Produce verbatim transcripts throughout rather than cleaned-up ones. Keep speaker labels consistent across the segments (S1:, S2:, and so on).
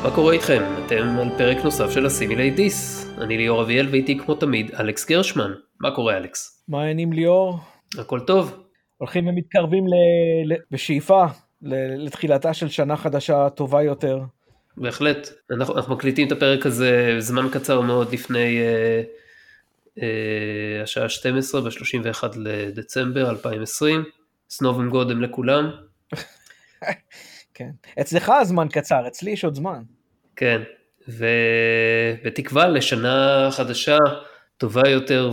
S1: מה קורה איתכם? אתם על פרק נוסף של הסימילי דיס. אני ליאור אביאל ואיתי כמו תמיד אלכס גרשמן. מה קורה אלכס?
S2: מה העניינים ליאור?
S1: הכל טוב.
S2: הולכים ומתקרבים ל... בשאיפה ל... לתחילתה של שנה חדשה טובה יותר.
S1: בהחלט. אנחנו, אנחנו מקליטים את הפרק הזה זמן קצר מאוד לפני אה, אה, השעה שתים עשרה ב-שלושים ואחד לדצמבר אלפיים ועשרים. סנובן גודם לכולם.
S2: כן. אצלך הזמן קצר, אצלי יש עוד זמן.
S1: כן. ובתקווה לשנה חדשה טובה יותר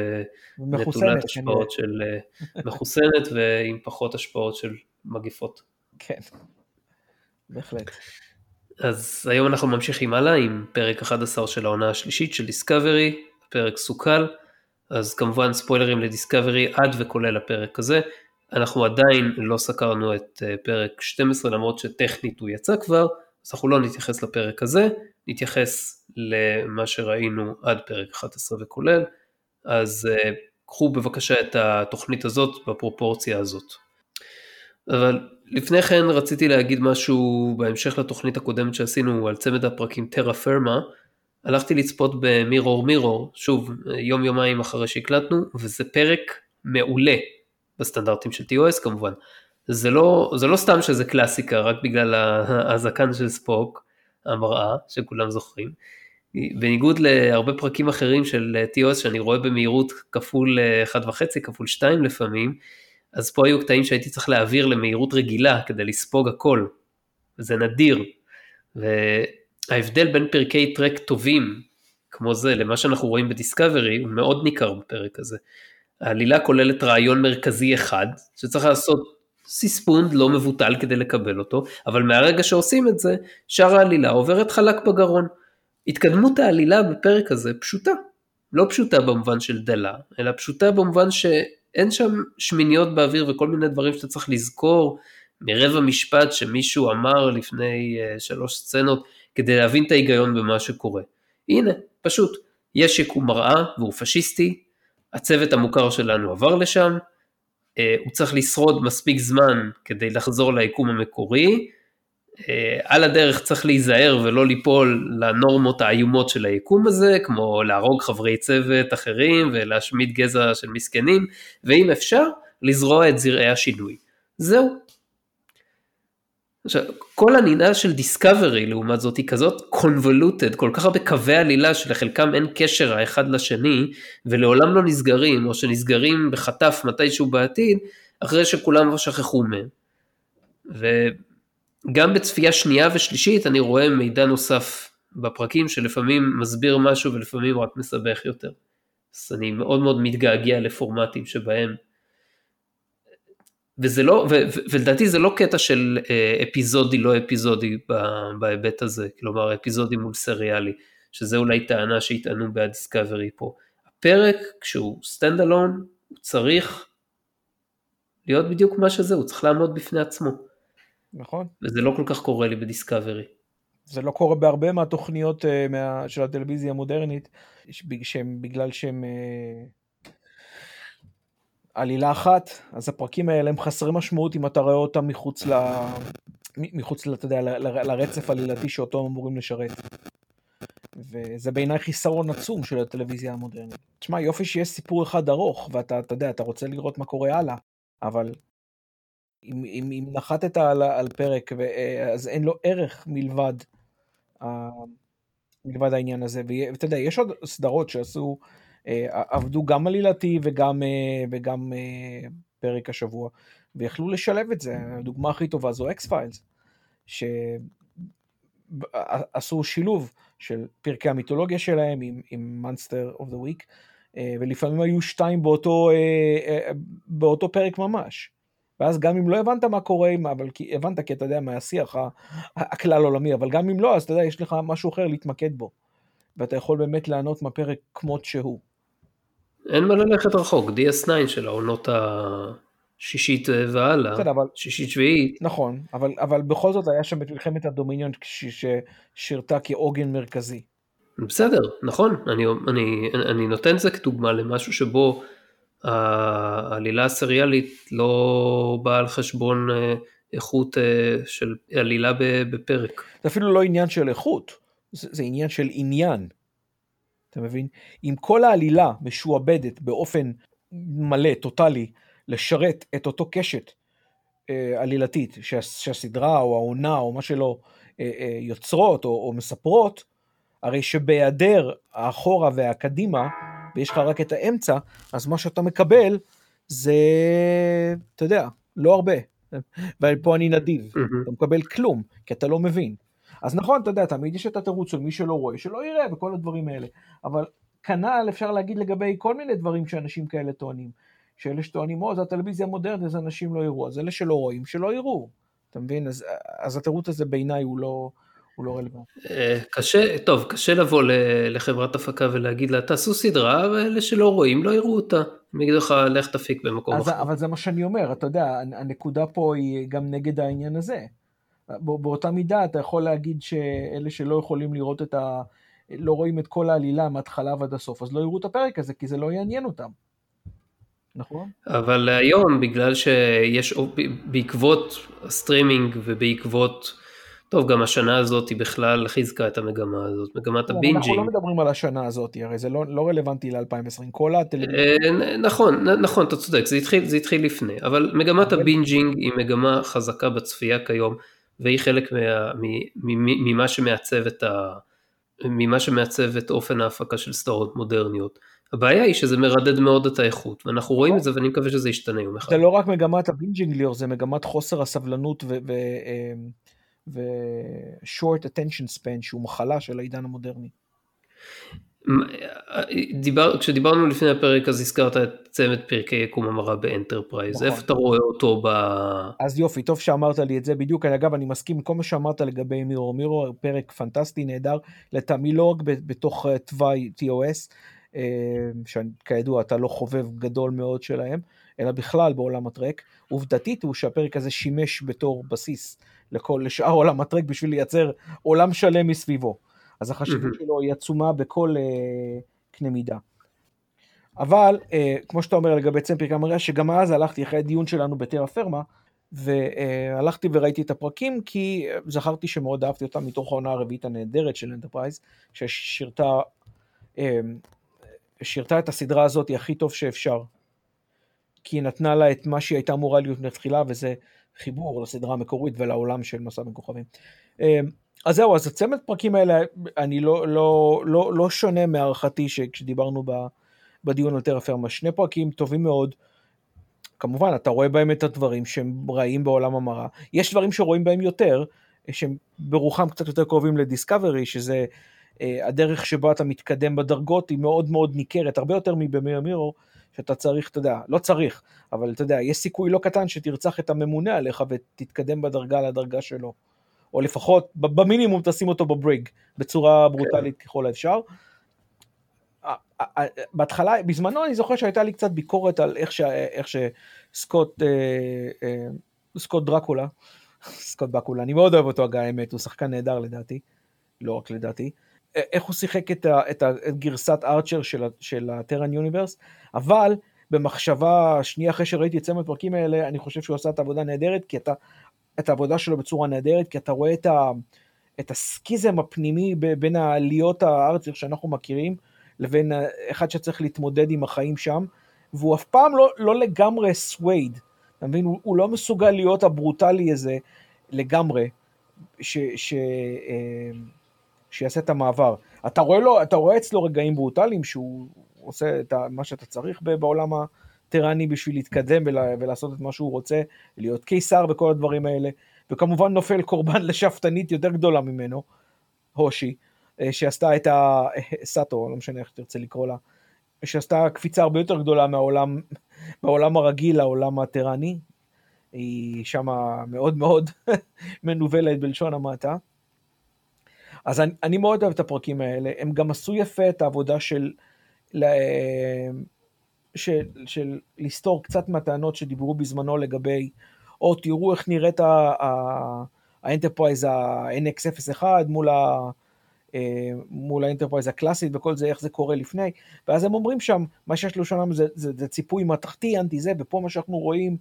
S1: ונטולת השפעות של מחוסנת ועם פחות השפעות של מגיפות.
S2: כן, בהחלט.
S1: אז היום אנחנו ממשיכים הלאה עם פרק אחד עשר של העונה השלישית של דיסקאברי, פרק סוקל, אז כמובן ספוילרים לדיסקאברי עד וכולל הפרק הזה, אנחנו עדיין לא סקרנו את פרק שתים עשרה למרות שטכנית הוא יצא כבר, אז אנחנו לא נתייחס לפרק הזה, נתייחס למה שראינו עד פרק אחת עשרה וכולל, אז uh, קחו בבקשה את התוכנית הזאת בפרופורציה הזאת. אבל לפני כן רציתי להגיד משהו בהמשך לתוכנית הקודמת שעשינו על צמד הפרקים טרה פרמה, הלכתי לצפות במירור מירור, שוב יום יומיים אחרי שהקלטנו, וזה פרק מעולה בסטנדרטים של טי או אס כמובן. זה לא, זה לא סתם שזה קלאסיקה, רק בגלל הזקן של ספוק, המראה, שכולם זוכרים. בניגוד להרבה פרקים אחרים של טי או אס, שאני רואה במהירות כפול אחד וחצי, כפול שתיים לפעמים, אז פה היו קטעים שהייתי צריך להעביר למהירות רגילה, כדי לספוג הכל. וזה נדיר. וההבדל בין פרקי טרק טובים, כמו זה, למה שאנחנו רואים בדיסקאברי, הוא מאוד ניכר בפרק הזה. העלילה כוללת רעיון מרכזי אחד, שצריך לעשות סיספונד לא מבוטל כדי לקבל אותו, אבל מהרגע שעושים את זה, שאר העלילה עוברת חלק בגרון. התקדמות העלילה בפרק הזה פשוטה, לא פשוטה במובן של דלה, אלא פשוטה במובן שאין שם שמיניות באוויר וכל מיני דברים שאתה צריך לזכור, מרבע משפט שמישהו אמר לפני uh, שלוש סצנות, כדי להבין את ההיגיון במה שקורה. הנה, פשוט, יש יקום מראה והוא פשיסטי, הצוות המוכר שלנו עבר לשם, הוא צריך לשרוד מספיק זמן כדי לחזור ליקום המקורי, על הדרך צריך להיזהר ולא ליפול לנורמות האיומות של היקום הזה, כמו להרוג חברי צוות אחרים ולהשמיד גזע של מסכנים, ואם אפשר, לזרוע את זרעי השינוי. זהו. עכשיו, כל הנינה של דיסקאברי לעומת זאת היא כזאת convoluted, כל כך הרבה קווי עלילה שלחלקם אין קשר האחד לשני, ולעולם לא נסגרים, או שנסגרים בחטף מתישהו בעתיד, אחרי שכולם שכחו מהם. וגם בצפייה שנייה ושלישית אני רואה מידע נוסף בפרקים, שלפעמים מסביר משהו ולפעמים רק מסבך יותר. אז אני מאוד מאוד מתגעגע לפורמטים שבהם, וזה לא, ו, ו, ולדעתי זה לא קטע של אה, אפיזודי לא אפיזודי בהיבט הזה, כלומר אפיזודי מול סריאלי, שזה אולי טענה שהתענו בדיסקאברי פה. הפרק כשהוא סטנד אלון, הוא צריך להיות בדיוק מה שזה, הוא צריך לעמוד בפני עצמו.
S2: נכון.
S1: וזה לא כל כך קורה לי בדיסקאברי.
S2: זה לא קורה בהרבה מהתוכניות אה, מה, של הטלוויזיה המודרנית, שהם, בגלל שהם... אה... עלילה אחת, אז הפרקים האלה הם חסרי משמעות אם אתה רואה אותם מחוץ ל... מחוץ, אתה יודע, ל... לרצף עלילתי שאותו הם אמורים לשרת. וזה בעיניי חיסרון עצום של הטלוויזיה המודרנית. תשמע, יופי שיש סיפור אחד ארוך, ואתה, אתה יודע, אתה רוצה לראות מה קורה הלאה, אבל אם, אם, אם נחתת על, על פרק, ו... אז אין לו ערך מלבד, מלבד העניין הזה. ואתה יודע, יש עוד סדרות שעשו, עבדו גם עלילתי וגם, וגם פרק השבוע, ויכלו לשלב את זה. הדוגמה הכי טובה זו אקס-פיילס, שעשו שילוב של פרקי המיתולוגיה שלהם עם, עם Monster of the Week, ולפעמים היו שתיים באותו, באותו פרק ממש. ואז גם אם לא הבנת מה קורה, אבל הבנת כי אתה יודע מהשיח הכלל עולמי, אבל גם אם לא, אז אתה יודע, יש לך משהו אחר להתמקד בו, ואתה יכול באמת לענות מהפרק כמות שהוא.
S1: אין מה ללכת רחוק, די אס ניין של העונות השישית והלאה, שישית שביעית.
S2: נכון, אבל, אבל בכל זאת היה שם את מלחמת הדומיניון ששירתה כעוגן מרכזי.
S1: בסדר, נכון, אני, אני, אני נותן זה כדוגמה למשהו שבו העלילה הסריאלית לא באה על חשבון איכות של עלילה בפרק.
S2: זה אפילו לא עניין של איכות, זה, זה עניין של עניין. אתה מבין? אם כל העלילה משועבדת באופן מלא, טוטלי, לשרת את אותו קשת אה, עלילתית, שה, שהסדרה או העונה או מה שלא אה, אה, יוצרות או, או מספרות, הרי שבהיעדר האחורה והקדימה, ויש לך רק את האמצע, אז מה שאתה מקבל זה, אתה יודע, לא הרבה. ופה אני נדיב, אתה מקבל כלום, כי אתה לא מבין. אז נכון, אתה יודע, תמיד יש את התירוץ של מי שלא רואה, שלא יראה וכל הדברים האלה. אבל כנ"ל אפשר להגיד לגבי כל מיני דברים שאנשים כאלה טוענים. שאלה שטוענים, או, זה הטלוויזיה המודרנית, אז אנשים לא יראו. אז אלה שלא רואים, שלא יראו. אתה מבין? אז, אז התירוץ הזה בעיניי הוא לא... הוא לא רלוונטי.
S1: קשה, טוב, קשה לבוא לחברת הפקה ולהגיד לה, תעשו סדרה, ואלה שלא רואים לא יראו אותה. אני אגיד לך, לך תפיק במקום אחר.
S2: אבל זה מה שאני אומר, אתה יודע, הנקודה פה היא גם נגד העניין הזה. באותה מידה אתה יכול להגיד שאלה שלא יכולים לראות את ה... לא רואים את כל העלילה מההתחלה ועד הסוף, אז לא יראו את הפרק הזה, כי זה לא יעניין אותם. נכון?
S1: אבל היום, בגלל שיש, בעקבות הסטרימינג ובעקבות... טוב, גם השנה הזאת היא בכלל חיזקה את המגמה הזאת, מגמת הבינג'ינג.
S2: אנחנו לא מדברים על השנה הזאת, הרי זה לא, לא רלוונטי ל-אלפיים ועשרים, כל הטלוויזיה.
S1: נכון, נכון, אתה צודק, זה התחיל, זה התחיל לפני, אבל מגמת הבינג'ינג היא מגמה חזקה בצפייה כיום, והיא חלק מה, ממה שמעצב את ה, ממה שמעצב את אופן ההפקה של סדרות מודרניות. הבעיה היא שזה מרדד מאוד את האיכות, ואנחנו רואים את זה, ואני מקווה שזה ישתנה יום אחד.
S2: זה לא רק מגמת הבינג'ינג, ליאור, זה מגמת חוסר הסבלנות ו... ו ו-short attention span, שהוא מחלה של העידן המודרני.
S1: דיבר, כשדיברנו לפני הפרק, אז הזכרת את צמד פרקי יקום המראה באנטרפרייז, נכון. איפה אתה רואה אותו ב...
S2: אז יופי, טוב שאמרת לי את זה, בדיוק, אגב, אני מסכים עם כל מה שאמרת לגבי מירו, מירו, פרק פנטסטי, נהדר, לטעמי לא רק בתוך תוואי טי או אס, שכידוע אתה לא חובב גדול מאוד שלהם, אלא בכלל בעולם הטרק, עובדתית הוא שהפרק הזה שימש בתור בסיס, לכל, לשאר עולם הטרק בשביל לייצר עולם שלם מסביבו. אז החשיבות שלו היא עצומה בכל uh, קנה מידה. אבל, uh, כמו שאתה אומר לגבי צמד פרקי המראה, שגם אז הלכתי אחרי הדיון שלנו בטרה פרמה, והלכתי uh, וראיתי את הפרקים, כי זכרתי שמאוד אהבתי אותם מתוך העונה הרביעית הנהדרת של אנטרפרייז, ששירתה uh, שירתה את הסדרה הזאת הכי טוב שאפשר, כי היא נתנה לה את מה שהיא הייתה אמורה להיות מתחילה, וזה חיבור לסדרה המקורית ולעולם של מסע בין כוכבים. אז זהו, אז הצמד פרקים האלה, אני לא, לא, לא, לא שונה מהערכתי שכשדיברנו בדיון על טרה פרמה, שני פרקים טובים מאוד, כמובן, אתה רואה בהם את הדברים שהם רעים בעולם המראה, יש דברים שרואים בהם יותר, שהם ברוחם קצת יותר קרובים לדיסקאברי, שזה הדרך שבה אתה מתקדם בדרגות, היא מאוד מאוד ניכרת, הרבה יותר מבמירו מירו, שאתה צריך, אתה יודע, לא צריך, אבל אתה יודע, יש סיכוי לא קטן שתרצח את הממונה עליך ותתקדם בדרגה לדרגה שלו. או לפחות, במינימום תשים אותו בבריג, בצורה ברוטלית ככל האפשר. בהתחלה, בזמנו אני זוכר שהייתה לי קצת ביקורת על איך, ש, איך שסקוט, סקוט דרקולה, סקוט בקולה, אני מאוד אוהב אותו הגה האמת, הוא שחקן נהדר לדעתי, לא רק לדעתי, איך הוא שיחק את, ה, את, ה, את גרסת ארצ'ר של, של הטרן יוניברס, אבל במחשבה שנייה אחרי שראיתי את צמד פרקים האלה, אני חושב שהוא עושה את העבודה נהדרת, כי אתה, את העבודה שלו בצורה נהדרת, כי אתה רואה את, ה, את הסקיזם הפנימי בין העליות הארצ'ר שאנחנו מכירים, לבין אחד שצריך להתמודד עם החיים שם, והוא אף פעם לא, לא לגמרי סווייד, אתה מבין? הוא, הוא לא מסוגל להיות הברוטלי הזה לגמרי, ש... ש שיעשה את המעבר. אתה רואה לו, אתה רואה אצלו רגעים ברוטליים, שהוא עושה את מה שאתה צריך בעולם הטרני בשביל להתקדם ולעשות את מה שהוא רוצה, להיות קיסר וכל הדברים האלה, וכמובן נופל קורבן לשפטנית יותר גדולה ממנו, הושי, שעשתה את הסאטו, לא משנה איך תרצה לקרוא לה, שעשתה קפיצה הרבה יותר גדולה מהעולם, מהעולם הרגיל לעולם הטרני, היא שמה מאוד מאוד מנובלת בלשון המעטה. אז אני, אני מאוד אוהב את הפרקים האלה, הם גם עשו יפה את העבודה של, של, של לסתור קצת מהטענות שדיברו בזמנו לגבי, או תראו איך נראית האנטרפרייז ה-אן אקס אפס אחת מול ה... מול האנטרפרייז הקלאסית וכל זה, איך זה קורה לפני, ואז הם אומרים שם, מה שיש לו שם זה, זה, זה ציפוי מתחתי, אנטי זה, ופה מה שאנחנו רואים,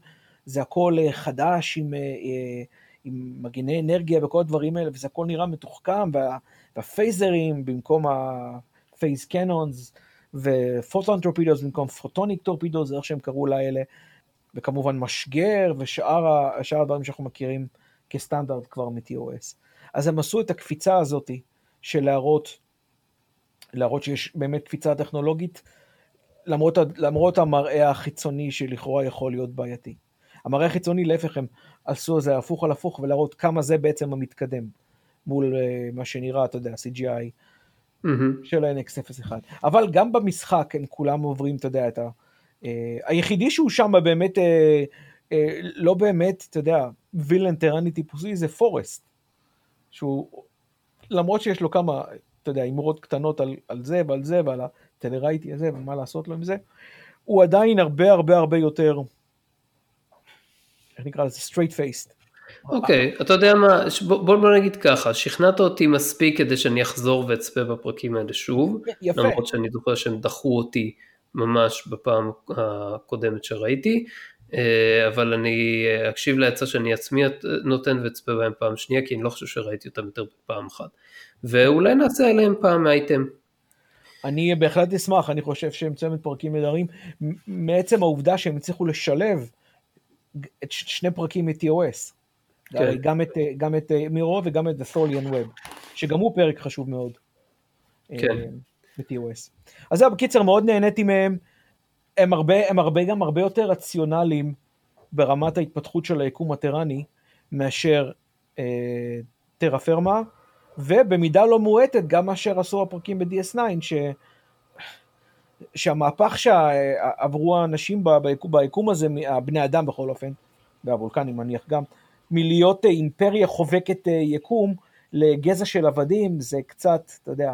S2: זה הכל חדש עם, עם מגיני אנרגיה וכל הדברים האלה, וזה הכל נראה מתוחכם, וה, והפייזרים במקום הפייז קנונס, ופוטון טורפידוס במקום פוטוניק טורפידוס, זה איך שהם קראו לאלה, וכמובן משגר, ושאר הדברים שאנחנו מכירים כסטנדרט כבר מ-טי או אס. אז הם עשו את הקפיצה הזאת של להראות, להראות שיש באמת קפיצה טכנולוגית, למרות, למרות המראה החיצוני שלכאורה יכול להיות בעייתי. המראה החיצוני להפך הם עשו זה הפוך על הפוך, ולהראות כמה זה בעצם המתקדם, מול uh, מה שנראה, אתה יודע, סי ג'י איי mm-hmm. של ה-אן אקס אפס אחת. אבל גם במשחק הם כולם עוברים, אתה יודע, את ה... Uh, היחידי שהוא שם באמת, uh, uh, לא באמת, אתה יודע, וילן טרני טיפוסי, זה פורסט. שהוא, למרות שיש לו כמה, אתה יודע, אימורות קטנות על, על זה ועל זה, ועל הטלרייטי הזה, ומה לעשות לו עם זה, הוא עדיין הרבה הרבה הרבה יותר, איך נקרא לזה, straight faced.
S1: אוקיי, אתה יודע מה, בוא, בוא נגיד ככה, שכנעת אותי מספיק כדי שאני אחזור ואצפה בפרקים האלה שוב,
S2: יפה.
S1: למרות שאני זוכר שהם דחו אותי ממש בפעם הקודמת שראיתי, אבל אני אקשיב להצעה שאני עצמי נותן ואצפה בהם פעם שנייה, כי אני לא חושב שראיתי אותם יותר בפעם אחת, ואולי נעשה עליהם פעם מהאייטם.
S2: אני בהחלט אשמח, אני חושב שהם צמד פרקים נהדרים, מעצם העובדה שהם הצליחו לשלב את שני פרקים מ-טי או אס, כן. גם את, גם את מירו וגם את The Tholian Web, שגם הוא פרק חשוב מאוד
S1: כן.
S2: ב-טי או אס. אז זה בקיצר מאוד נהניתי מהם, הם הרבה, הם הרבה גם הרבה יותר רציונליים ברמת ההתפתחות של היקום הטרני, מאשר אה, טרה פרמה, ובמידה לא מועטת גם מאשר עשו הפרקים ב-די אס ניין, ש... שהמהפך שעברו האנשים ביקום, ביקום הזה, הבני אדם בכל אופן, והוולקנים מניח גם, מלהיות אימפריה חובקת יקום לגזע של עבדים, זה קצת, אתה יודע,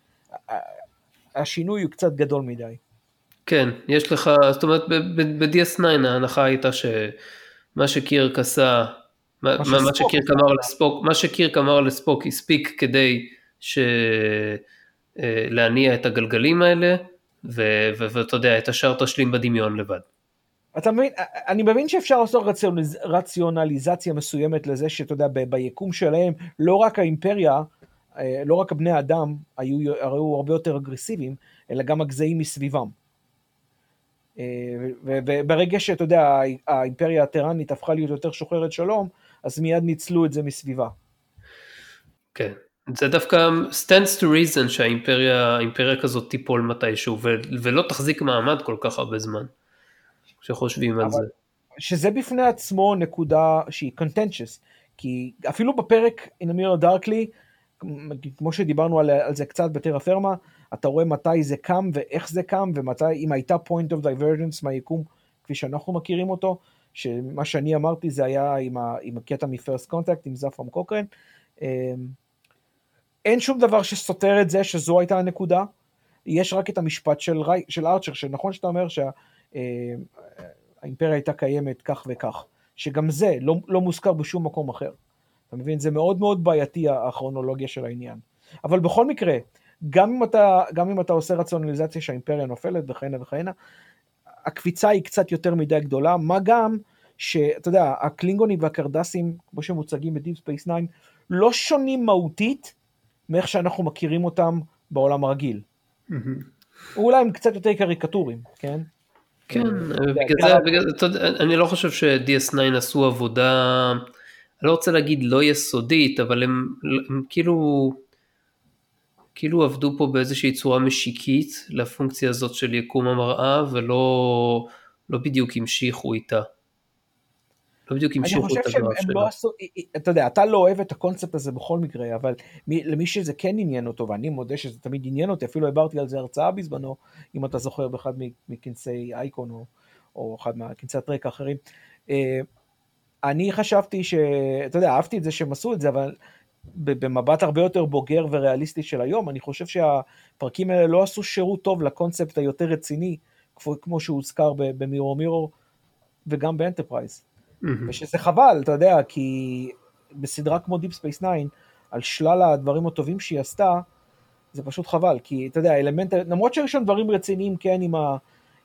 S2: השינוי הוא קצת גדול מדי.
S1: כן, יש לך, זאת אומרת, ב-די אס ניין ההנחה הייתה שמה שקירק עשה, מה, מה שקירק אמר לספוק, מה שקירק אמר לספוק הספיק כדי להניע את הגלגלים האלה, ואתה יודע, את השאר תשלים בדמיון לבד.
S2: אתה מבין, אני מבין שאפשר לעשות רציונליזציה מסוימת לזה שאתה יודע, ביקום שלהם, לא רק האימפריה, לא רק בני האדם, היו, היו הרבה יותר אגרסיביים, אלא גם הגזעים מסביבם. וברגע שאתה יודע, האימפריה הטרנית הפכה להיות יותר שוחרת שלום, אז מיד ניצלו את זה מסביבה.
S1: כן. זה דווקא stands to reason שהאימפריה, האימפריה כזאת תיפול מתישהו, ולא תחזיק מעמד כל כך הרבה זמן, כשחושבים על זה.
S2: שזה בפני עצמו נקודה שהיא contentious, כי אפילו בפרק In a Mirror Darkly, כמו שדיברנו על, על זה קצת בטרה פרמה, אתה רואה מתי זה קם ואיך זה קם, ומתי, אם הייתה point of divergence מהיקום, כפי שאנחנו מכירים אותו, שמה שאני אמרתי זה היה עם, ה, עם הקטע מ-First Contact, עם זפרם קוקרן, אין שום דבר שסותר את זה שזו הייתה הנקודה, יש רק את המשפט של, של ארצ'ר, שנכון שאתה אומר שהאימפריה הייתה קיימת כך וכך, שגם זה לא, לא מוזכר בשום מקום אחר. אתה מבין? זה מאוד מאוד בעייתי הכרונולוגיה של העניין. אבל בכל מקרה, גם אם אתה, גם אם אתה עושה רציונליזציה שהאימפריה נופלת וכהנה וכהנה, הקפיצה היא קצת יותר מדי גדולה, מה גם שאתה יודע, הקלינגונים והקרדסים, כמו שמוצגים בדיפ ספייס ניין, לא שונים מהותית מאיך שאנחנו מכירים אותם בעולם הרגיל. אולי הם קצת יותר קריקטורים, כן?
S1: כן, בגלל זה, אני לא חושב ש-די אס ניין עשו עבודה, אני לא רוצה להגיד לא יסודית, אבל הם כאילו, כאילו עבדו פה באיזושהי צורה משיקית לפונקציה הזאת של יקום המראה, ולא לא בדיוק המשיכו איתה. לא בדיוק המשיכו את הגרף שלה.
S2: אתה יודע, אתה לא אוהב את הקונספט הזה בכל מקרה, אבל למי שזה כן עניין אותו, ואני מודה שזה תמיד עניין אותי, אפילו העברתי על זה הרצאה בזמנו, אם אתה זוכר באחד מכנסי אייקון, או, או אחד מהכנסי הטרק האחרים, אני חשבתי ש... אתה יודע, אהבתי את זה שהם עשו את זה, אבל במבט הרבה יותר בוגר וריאליסטי של היום, אני חושב שהפרקים האלה לא עשו שירות טוב לקונספט היותר רציני, כמו שהוזכר במירור מירור, וגם באנטרפרייז. ושזה חבל, אתה יודע, כי בסדרה כמו Deep Space Nine, על שלל הדברים הטובים שהיא עשתה, זה פשוט חבל, כי אתה יודע, אלמנט, למרות שיש שם דברים רציניים, כן, עם, ה,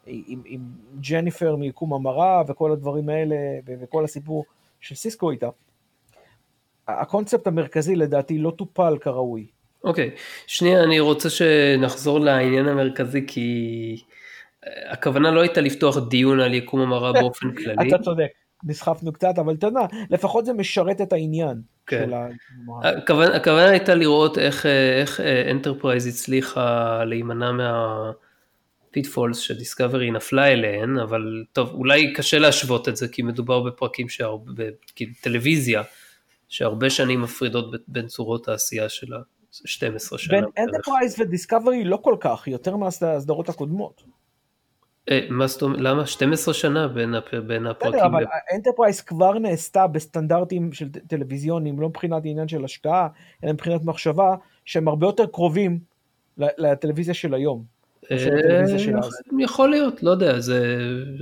S2: עם, עם ג'ניפר מיקום המראה וכל הדברים האלה, וכל הסיפור של סיסקו איתה. הקונספט המרכזי לדעתי לא טופל כראוי.
S1: אוקיי, שנייה, אני רוצה שנחזור לעניין המרכזי, כי הכוונה לא הייתה לפתוח דיון על יקום המראה באופן כללי.
S2: אתה צודק, נסחפנו קצת, אבל תדע, לפחות זה משרת את העניין
S1: כן.
S2: של המראה.
S1: הכוונה, הכוונה הייתה לראות איך, איך Enterprise הצליחה להימנע מהפיטפולס שדיסקאברי נפלה אליהן, אבל טוב, אולי קשה להשוות את זה, כי מדובר בפרקים שהרבה, בטלוויזיה, שהרבה שנים מפרידות בין צורות העשייה שלה. שתים עשרה שנה.
S2: בין אנטרפרייז ודיסקאברי לא כל כך, יותר מהסדרות הקודמות.
S1: מה זאת אומרת, למה? שתים עשרה שנה בין הפרקים.
S2: אבל אנטרפרייז כבר נעשתה בסטנדרטים של טלוויזיונים, לא מבחינת עניין של השקעה, אלא מבחינת מחשבה, שהם הרבה יותר קרובים לטלוויזיה של היום.
S1: יכול להיות, לא יודע, זה...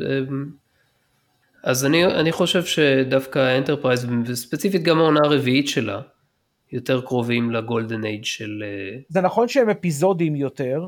S1: אז אני חושב שדווקא אנטרפרייז, וספציפית גם העונה הרביעית שלה, יותר קרובים לגולדן אייג' של...
S2: זה נכון שהם אפיזודים יותר,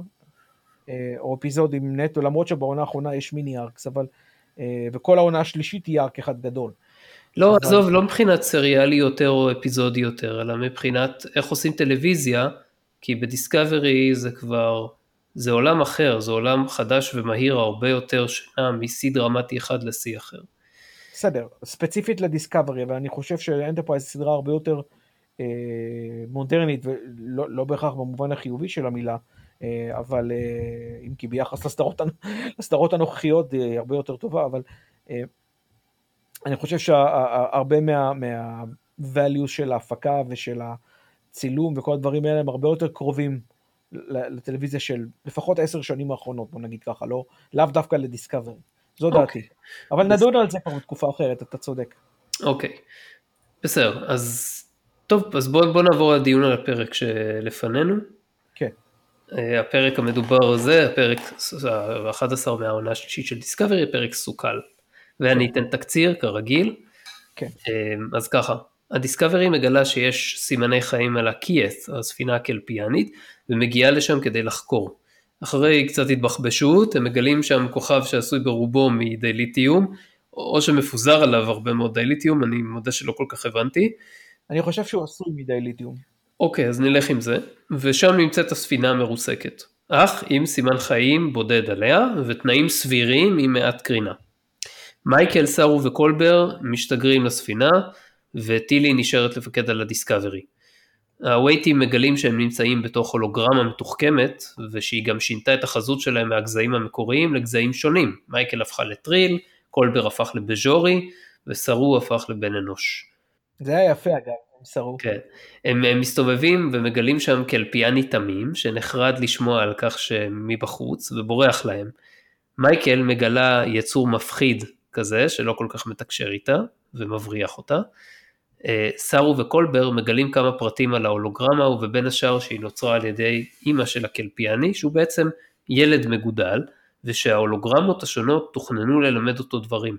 S2: או אפיזודים נטו, למרות שבעונה האחרונה יש מיני ארקס, אבל, וכל העונה השלישית היא ארק אחד גדול.
S1: לא, אבל... עזוב, לא מבחינת סריאלי יותר או אפיזודי יותר, אלא מבחינת איך עושים טלוויזיה, כי בדיסקאברי זה כבר, זה עולם אחר, זה עולם חדש ומהיר הרבה יותר שנה מסי דרמטי אחד לסי אחר.
S2: בסדר, ספציפית לדיסקאברי, אבל אני חושב שאנטרפרייז סדרה הרבה יותר אה, מודרנית, ולא לא בהכרח במובן החיובי של המילה, אה, אבל אה, אם כי ביחס לסדרות, לסדרות הנוכחיות אה, הרבה יותר טובה, אבל אה, אני חושב שהרבה מה, מה-value של ההפקה ושל הצילום וכל הדברים האלה הם הרבה יותר קרובים לטלוויזיה של לפחות עשר שנים האחרונות, בוא נגיד ככה, לא, לאו דווקא לדיסקאברי. זו okay. דעתי. אבל נדון על זה כבר בתקופה אחרת, אתה צודק.
S1: אוקיי, okay. בסדר, אז טוב, אז בואו בוא נעבור לדיון על הפרק שלפנינו.
S2: כן.
S1: Okay. הפרק המדובר הזה, הפרק ה-אחד עשר מהעונה השלישית של דיסקאברי, פרק סוקל. ואני אתן תקציר כרגיל.
S2: כן.
S1: אז ככה, הדיסקאברי מגלה שיש סימני חיים על הקיית', הספינה הקלפיאנית, ומגיעה לשם כדי לחקור. אחרי קצת התבחבשות, הם מגלים שם כוכב שעשוי ברובו מדייליטיום, או שמפוזר עליו הרבה מאוד דייליטיום, אני מודה שלא כל כך הבנתי.
S2: אני חושב שהוא עשוי מדייליטיום.
S1: אוקיי, אז נלך עם זה, ושם נמצאת הספינה המרוסקת, אך עם סימן חיים בודד עליה, ותנאים סבירים עם מעט קרינה. מייקל, סארו וקולבר משתגרים לספינה, וטילי נשארת לפקד על הדיסקאברי. הווייטים מגלים שהם נמצאים בתוך הולוגרמה מתוחכמת, ושהיא גם שינתה את החזות שלהם מהגזעים המקוריים לגזעים שונים. מייקל הפכה לטריל, קולבר הפך לבז'ורי, וסארו הפך לבן אנוש.
S2: זה היה יפה אגב, הם סארו.
S1: כן. הם, הם מסתובבים ומגלים שם קלפיאני תמים, שנחרד לשמוע על כך שמבחוץ, ובורח להם. מייקל מגלה יצור מפחיד כזה, שלא כל כך מתקשר איתה, ומבריח אותה. סארו וקולבר מגלים כמה פרטים על ההולוגרמה, ובין השאר שהיא נוצרה על ידי אמא של הקלפיאני, שהוא בעצם ילד מגודל, ושההולוגרמות השונות תוכננו ללמד אותו דברים.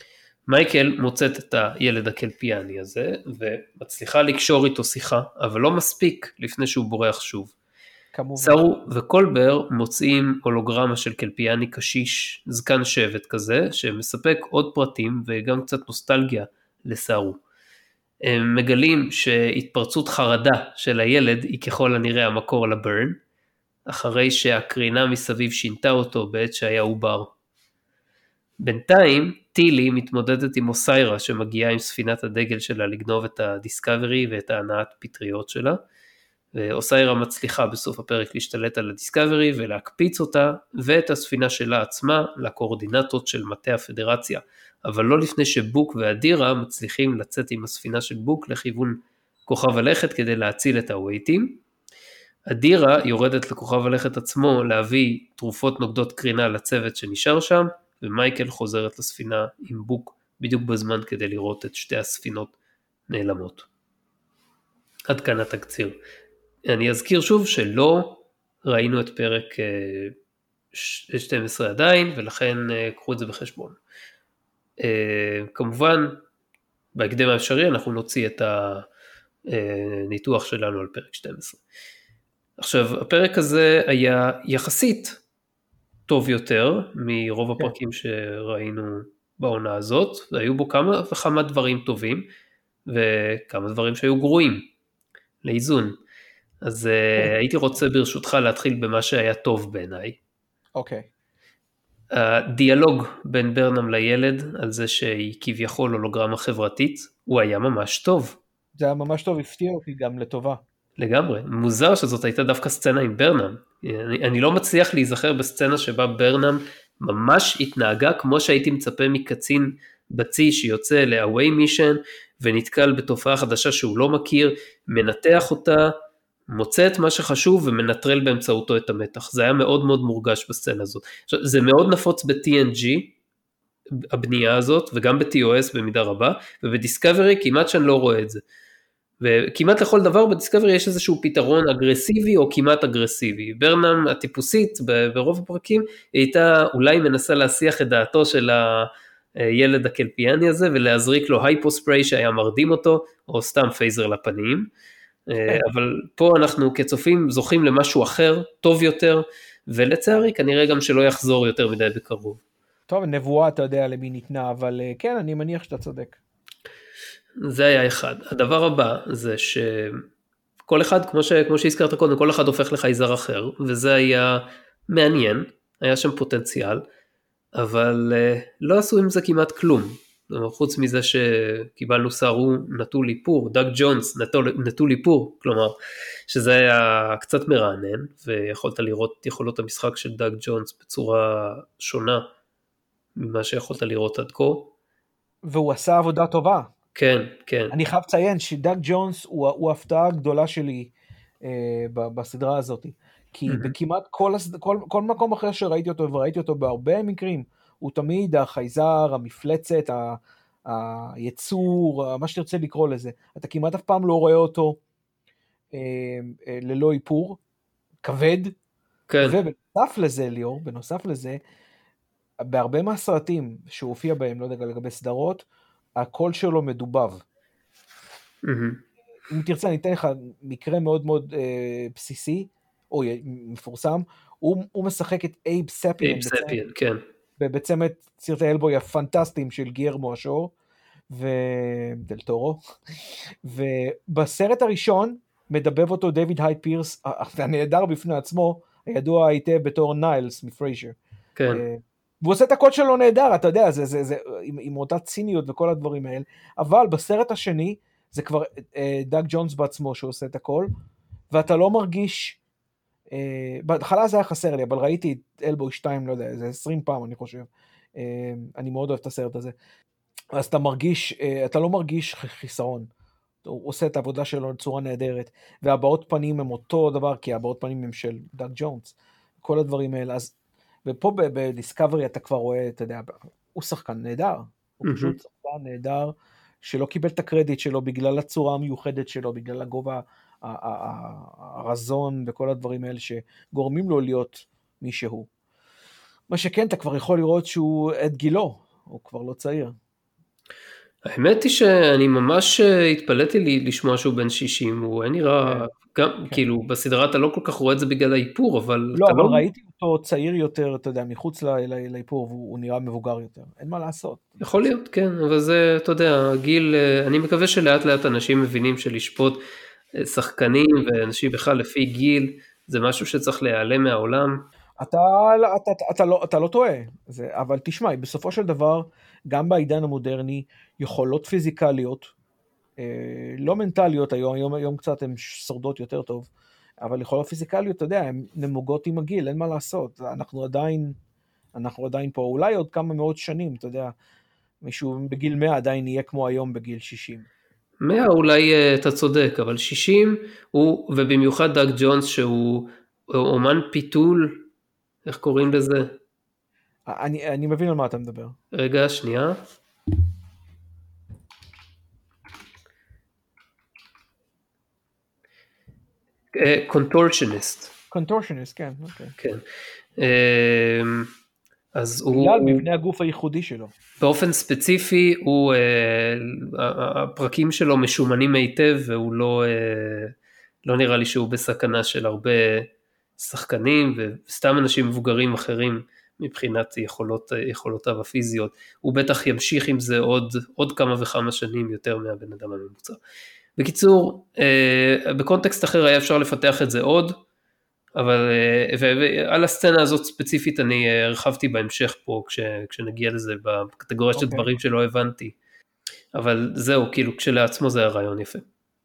S1: מייקל מוצאת את הילד הקלפיאני הזה, ומצליחה לקשור איתו שיחה, אבל לא מספיק לפני שהוא בורח שוב. כמובן. סארו וקולבר מוצאים הולוגרמה של קלפיאני קשיש, זקן שבט כזה, שמספק עוד פרטים וגם קצת נוסטלגיה לסארו. הם מגלים שהתפרצות חרדה של הילד היא ככל הנראה המקור לברן, אחרי שהקרינה מסביב שינתה אותו בעת שהיה עובר. בינתיים, טילי מתמודדת עם אוסיירה שמגיעה עם ספינת הדגל שלה לגנוב את הדיסקאברי ואת ההנעת פטריות שלה, ואוסיירה מצליחה בסוף הפרק להשתלט על הדיסקאברי ולהקפיץ אותה ואת הספינה שלה עצמה לקורדינטות של מטה הפדרציה, אבל לא לפני שבוק ואדירה מצליחים לצאת עם הספינה של בוק לכיוון כוכב הלכת כדי להציל את הווייטים. אדירה יורדת לכוכב הלכת עצמו להביא תרופות נוגדות קרינה לצוות שנשאר שם, ומייקל חוזרת לספינה עם בוק בדיוק בזמן כדי לראות את שתי הספינות נעלמות. עד כאן התקציר. אני אזכיר שוב שלא ראינו את פרק שתים עשרה עדיין, ולכן קחו את זה בחשבון. כמובן, בהקדם האפשרי אנחנו נוציא את הניתוח שלנו על פרק שתים עשרה. עכשיו, הפרק הזה היה יחסית טוב יותר מרוב הפרקים שראינו בעונה הזאת, והיו בו כמה וכמה דברים טובים, וכמה דברים שהיו גרועים, לאיזון. אז הייתי רוצה ברשותך להתחיל במה שהיה טוב בעיניי.
S2: אוקיי.
S1: הדיאלוג בין ברנם לילד, על זה שהיא כביכול הולוגרמה חברתית, הוא היה ממש טוב.
S2: זה היה ממש טוב, הפתיע אותי גם לטובה.
S1: לגמרי, מוזר שזאת הייתה דווקא סצנה עם ברנם. אני, אני לא מצליח להיזכר בסצנה שבה ברנם ממש התנהגה כמו שהייתי מצפה מקצין בצי שיוצא ל-away mission ונתקל בתופעה חדשה שהוא לא מכיר, מנתח אותה, מוצא את מה שחשוב ומנטרל באמצעותו את המתח. זה היה מאוד מאוד מורגש בסצנה הזאת. עכשיו, זה מאוד נפוץ ב-טי אן ג'י, הבנייה הזאת, וגם ב-טי או אס במידה רבה, ובדיסקאברי כמעט שאני לא רואה את זה. וכמעט לכל דבר בדיסקאברי יש איזשהו פתרון אגרסיבי או כמעט אגרסיבי. ברנם הטיפוסית ברוב הפרקים היא הייתה אולי מנסה להסיח את דעתו של הילד הקלפיאני הזה ולהזריק לו הייפוספריי שהיה מרדים אותו או סתם פייזר לפנים. אבל פה אנחנו כצופים זוכים למשהו אחר, טוב יותר, ולצערי כנראה גם שלא יחזור יותר מדי בקרוב.
S2: טוב, נבואה אתה יודע למי ניתנה, אבל כן, אני מניח שאתה צודק.
S1: זה היה אחד. הדבר הבא זה שכל אחד, כמו, ש... כמו שהזכרת קודם, כל אחד הופך לחייזר אחר, וזה היה מעניין, היה שם פוטנציאל, אבל לא עשו עם זה כמעט כלום. חוץ מזה שקיבלנו סערו נטול איפור, דאג ג'ונס נטול, נטול איפור, כלומר, שזה היה קצת מרענן, ויכולת לראות יכולות המשחק של דאג ג'ונס בצורה שונה, ממה שיכולת לראות עד כה.
S2: והוא עשה עבודה טובה.
S1: כן, כן.
S2: אני חייב לציין שדאג ג'ונס הוא, הוא ההפתעה הגדולה שלי אה, בסדרה הזאת, כי mm-hmm. בכמעט כל, כל, כל מקום אחר שראיתי אותו, וראיתי אותו בהרבה מקרים, הוא תמיד החייזר, המפלצת, ה, היצור, מה שתרצה לקרוא לזה. אתה כמעט אף פעם לא רואה אותו אה, אה, ללא איפור, כבד,
S1: כן.
S2: ובנוסף לזה, ליאור, בנוסף לזה, בהרבה מהסרטים שהוא הופיע בהם, לא יודע, לגבי סדרות, הקול שלו מדובב. Mm-hmm. אם תרצה, אני אתן לך מקרה מאוד מאוד אה, בסיסי, או מפורסם, הוא, הוא משחק את אייב ספיאן.
S1: אייב ספיאן, כן.
S2: בצמד סרטי אלבוי הפנטסטיים של גיירמו השור, ודל טורו, ובסרט הראשון מדבב אותו דיוויד הייד פירס, הנהדר בפני עצמו, הידוע היטב בתור ניילס מפרייזר.
S1: כן.
S2: והוא עושה את הקוד שלו נהדר, אתה יודע, זה, זה, זה, עם, עם אותה ציניות וכל הדברים האלה, אבל בסרט השני, זה כבר אה, דאג ג'ונס בעצמו שעושה את הכל, ואתה לא מרגיש, אה, בהתחלה זה היה חסר לי, אבל ראיתי את אלבוי שתיים, לא יודע, זה עשרים פעם אני חושב, אה, אני מאוד אוהב את הסרט הזה, אז אתה מרגיש, אה, אתה לא מרגיש חיסרון, הוא עושה את העבודה שלו בצורה נהדרת, והבעות פנים הם אותו דבר, כי הבעות פנים הם של דאג ג'ונס, כל הדברים האלה, אז ופה בדיסקאברי אתה כבר רואה, אתה יודע, הוא שחקן נהדר, הוא פשוט שחקן נהדר, שלא קיבל את הקרדיט שלו, בגלל הצורה המיוחדת שלו, בגלל הגובה, הרזון, וכל הדברים האלה, שגורמים לו להיות מי שהוא. מה שכן, אתה כבר יכול לראות שהוא עד גילו, הוא כבר לא צעיר.
S1: האמת היא שאני ממש התפלאתי לי לשמוע שהוא בן שישים, הוא היה נראה, גם, כאילו, בסדרה אתה לא כל כך רואה את זה בגלל האיפור, אבל...
S2: לא, אבל ראיתי אותו צעיר יותר, אתה יודע, מחוץ לאיפור, והוא נראה מבוגר יותר, אין מה לעשות.
S1: יכול להיות, כן, אבל זה, אתה יודע, גיל, אני מקווה שלאט לאט אנשים מבינים שלשפוט שחקנים, ואנשים בכלל לפי גיל, זה משהו שצריך להיעלם מהעולם.
S2: אתה, אתה, אתה, אתה, לא, אתה לא טועה, זה, אבל תשמע, בסופו של דבר, גם בעידן המודרני, יכולות פיזיקליות, אה, לא מנטליות היום, היום, היום קצת הן שורדות יותר טוב, אבל יכולות פיזיקליות, אתה יודע, הן נמוגות עם הגיל, אין מה לעשות, אנחנו עדיין, אנחנו עדיין פה, אולי עוד כמה מאות שנים, אתה יודע, מישהו בגיל מאה עדיין יהיה כמו היום בגיל שישים.
S1: מאה אולי אתה צודק, אבל שישים, הוא, ובמיוחד דאג ג'ונס, שהוא אומן פיתול, איך קוראים לזה?
S2: אני, אני מבין על מה אתה מדבר.
S1: רגע, שנייה. קונטורשניסט.
S2: קונטורשניסט, כן, אוקיי.
S1: כן. אז הוא...
S2: בגלל מבנה הגוף הייחודי שלו.
S1: באופן ספציפי, הוא, הפרקים שלו משומנים היטב, והוא לא, לא נראה לי שהוא בסכנה של הרבה שחקנים, וסתם אנשים מבוגרים אחרים מבחינת יכולות, יכולותיו הפיזיות, הוא בטח ימשיך עם זה עוד, עוד כמה וכמה שנים יותר מהבן אדם הממוצע. בקיצור, בקונטקסט אחר היה אפשר לפתח את זה עוד, אבל ועל הסצנה הזאת ספציפית אני הרחבתי בהמשך פה, כש, כשנגיע לזה בקטגוריה okay. של דברים שלא הבנתי, אבל זהו, כאילו כשלעצמו זה הרעיון יפה.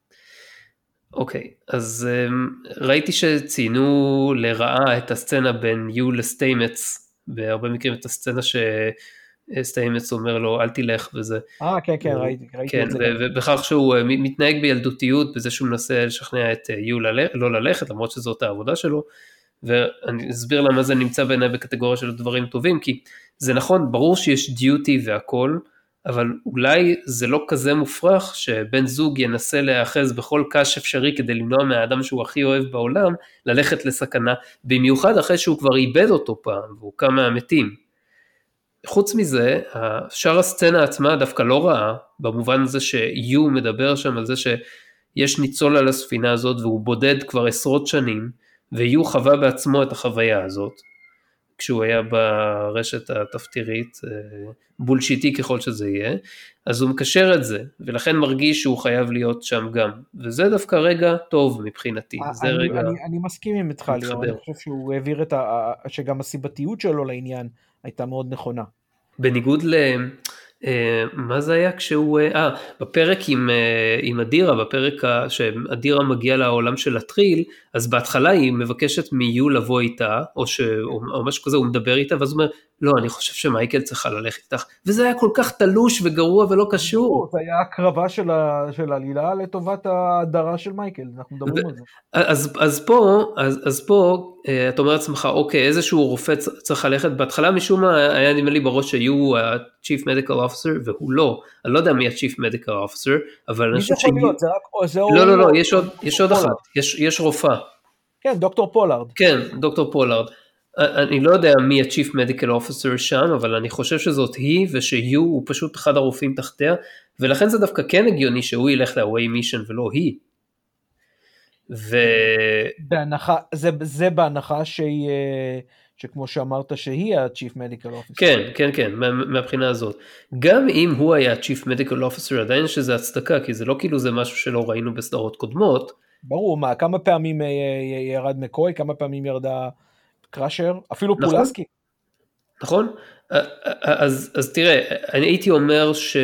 S1: אוקיי, אז ראיתי שציינו לרעה את הסצנה בין יו לסטיימץ, בהרבה מקרים את הסצנה שסטיימץ אומר לו אל תלך וזה.
S2: אה כן כן ראיתי, ראיתי
S1: כן,
S2: את זה.
S1: ובכך שהוא מתנהג בילדותיות, בזה שהוא מנסה לשכנע את יו לא ללכת, למרות שזאת העבודה שלו, ואני אסביר למה זה נמצא בעיניי בקטגוריה של דברים טובים, כי זה נכון, ברור שיש דיוטי והכל, אבל אולי זה לא כזה מופרך שבן זוג ינסה להאחז בכל קש אפשרי כדי למנוע מהאדם שהוא הכי אוהב בעולם ללכת לסכנה, במיוחד אחרי שהוא כבר איבד אותו פעם והוא קם מהמתים. חוץ מזה, שאר הסצנה עצמה דווקא לא רעה, במובן הזה שיו מדבר שם על זה שיש ניצול על הספינה הזאת והוא בודד כבר עשרות שנים, ויו חווה בעצמו את החוויה הזאת. כשהוא היה ברשת התפתירית, בולשיטי ככל שזה יהיה, אז הוא מקשר את זה, ולכן מרגיש שהוא חייב להיות שם גם, וזה דווקא רגע טוב מבחינתי. זה
S2: אני,
S1: רגע
S2: אני, אני מסכים עם איתך ליאור, אני חושב שהוא העביר את ה... שגם הסיבתיות שלו לעניין הייתה מאוד נכונה.
S1: בניגוד ל... מה זה היה כשהוא, אה, בפרק עם, עם אדירה, בפרק שאדירה מגיע לעולם של הטריל, אז בהתחלה היא מבקשת מיו לבוא איתה, או, ש, או, או משהו כזה, הוא מדבר איתה, ואז הוא אומר, לא, אני חושב שמייקל צריכה ללכת איתך, וזה היה כל כך תלוש וגרוע ולא קשור.
S2: זה היה הקרבה של, ה, של הלילה לטובת ההדרה של מייקל, אנחנו מדברים על זה.
S1: אז, אז פה, אז, אז פה, אתה אומר לעצמך, אוקיי, איזשהו רופא צריך ללכת, בהתחלה משום מה היה נדמה לי בראש שיהיו ה-Chief Medical Officer, והוא לא, אני לא יודע מי ה-Chief Medical Officer, אבל אני חושב
S2: שיהיו... זה רק... זה
S1: לא, לא, לא, יש עוד, יש עוד אחת, יש, יש רופאה.
S2: כן, דוקטור פולארד.
S1: כן, דוקטור פולארד. אני לא יודע מי ה-Chief Medical Officer שם, אבל אני חושב שזאת היא, ושיהיו, הוא פשוט אחד הרופאים תחתיה, ולכן זה דווקא כן הגיוני שהוא ילך ל-Away Mission ולא היא. ו...
S2: בהנחה, זה, זה בהנחה שהיא, שכמו שאמרת שהיא ה-Chief Medical Officer.
S1: כן, כן, כן, מהבחינה הזאת. גם אם הוא היה Chief Medical Officer, עדיין שזה הצדקה, כי זה לא כאילו זה משהו שלא ראינו בסדרות קודמות.
S2: ברור, מה, כמה פעמים ירד מקוי, כמה פעמים ירדה קראשר, אפילו נכון, פולסקי.
S1: נכון, אז, אז תראה, אני הייתי אומר ש...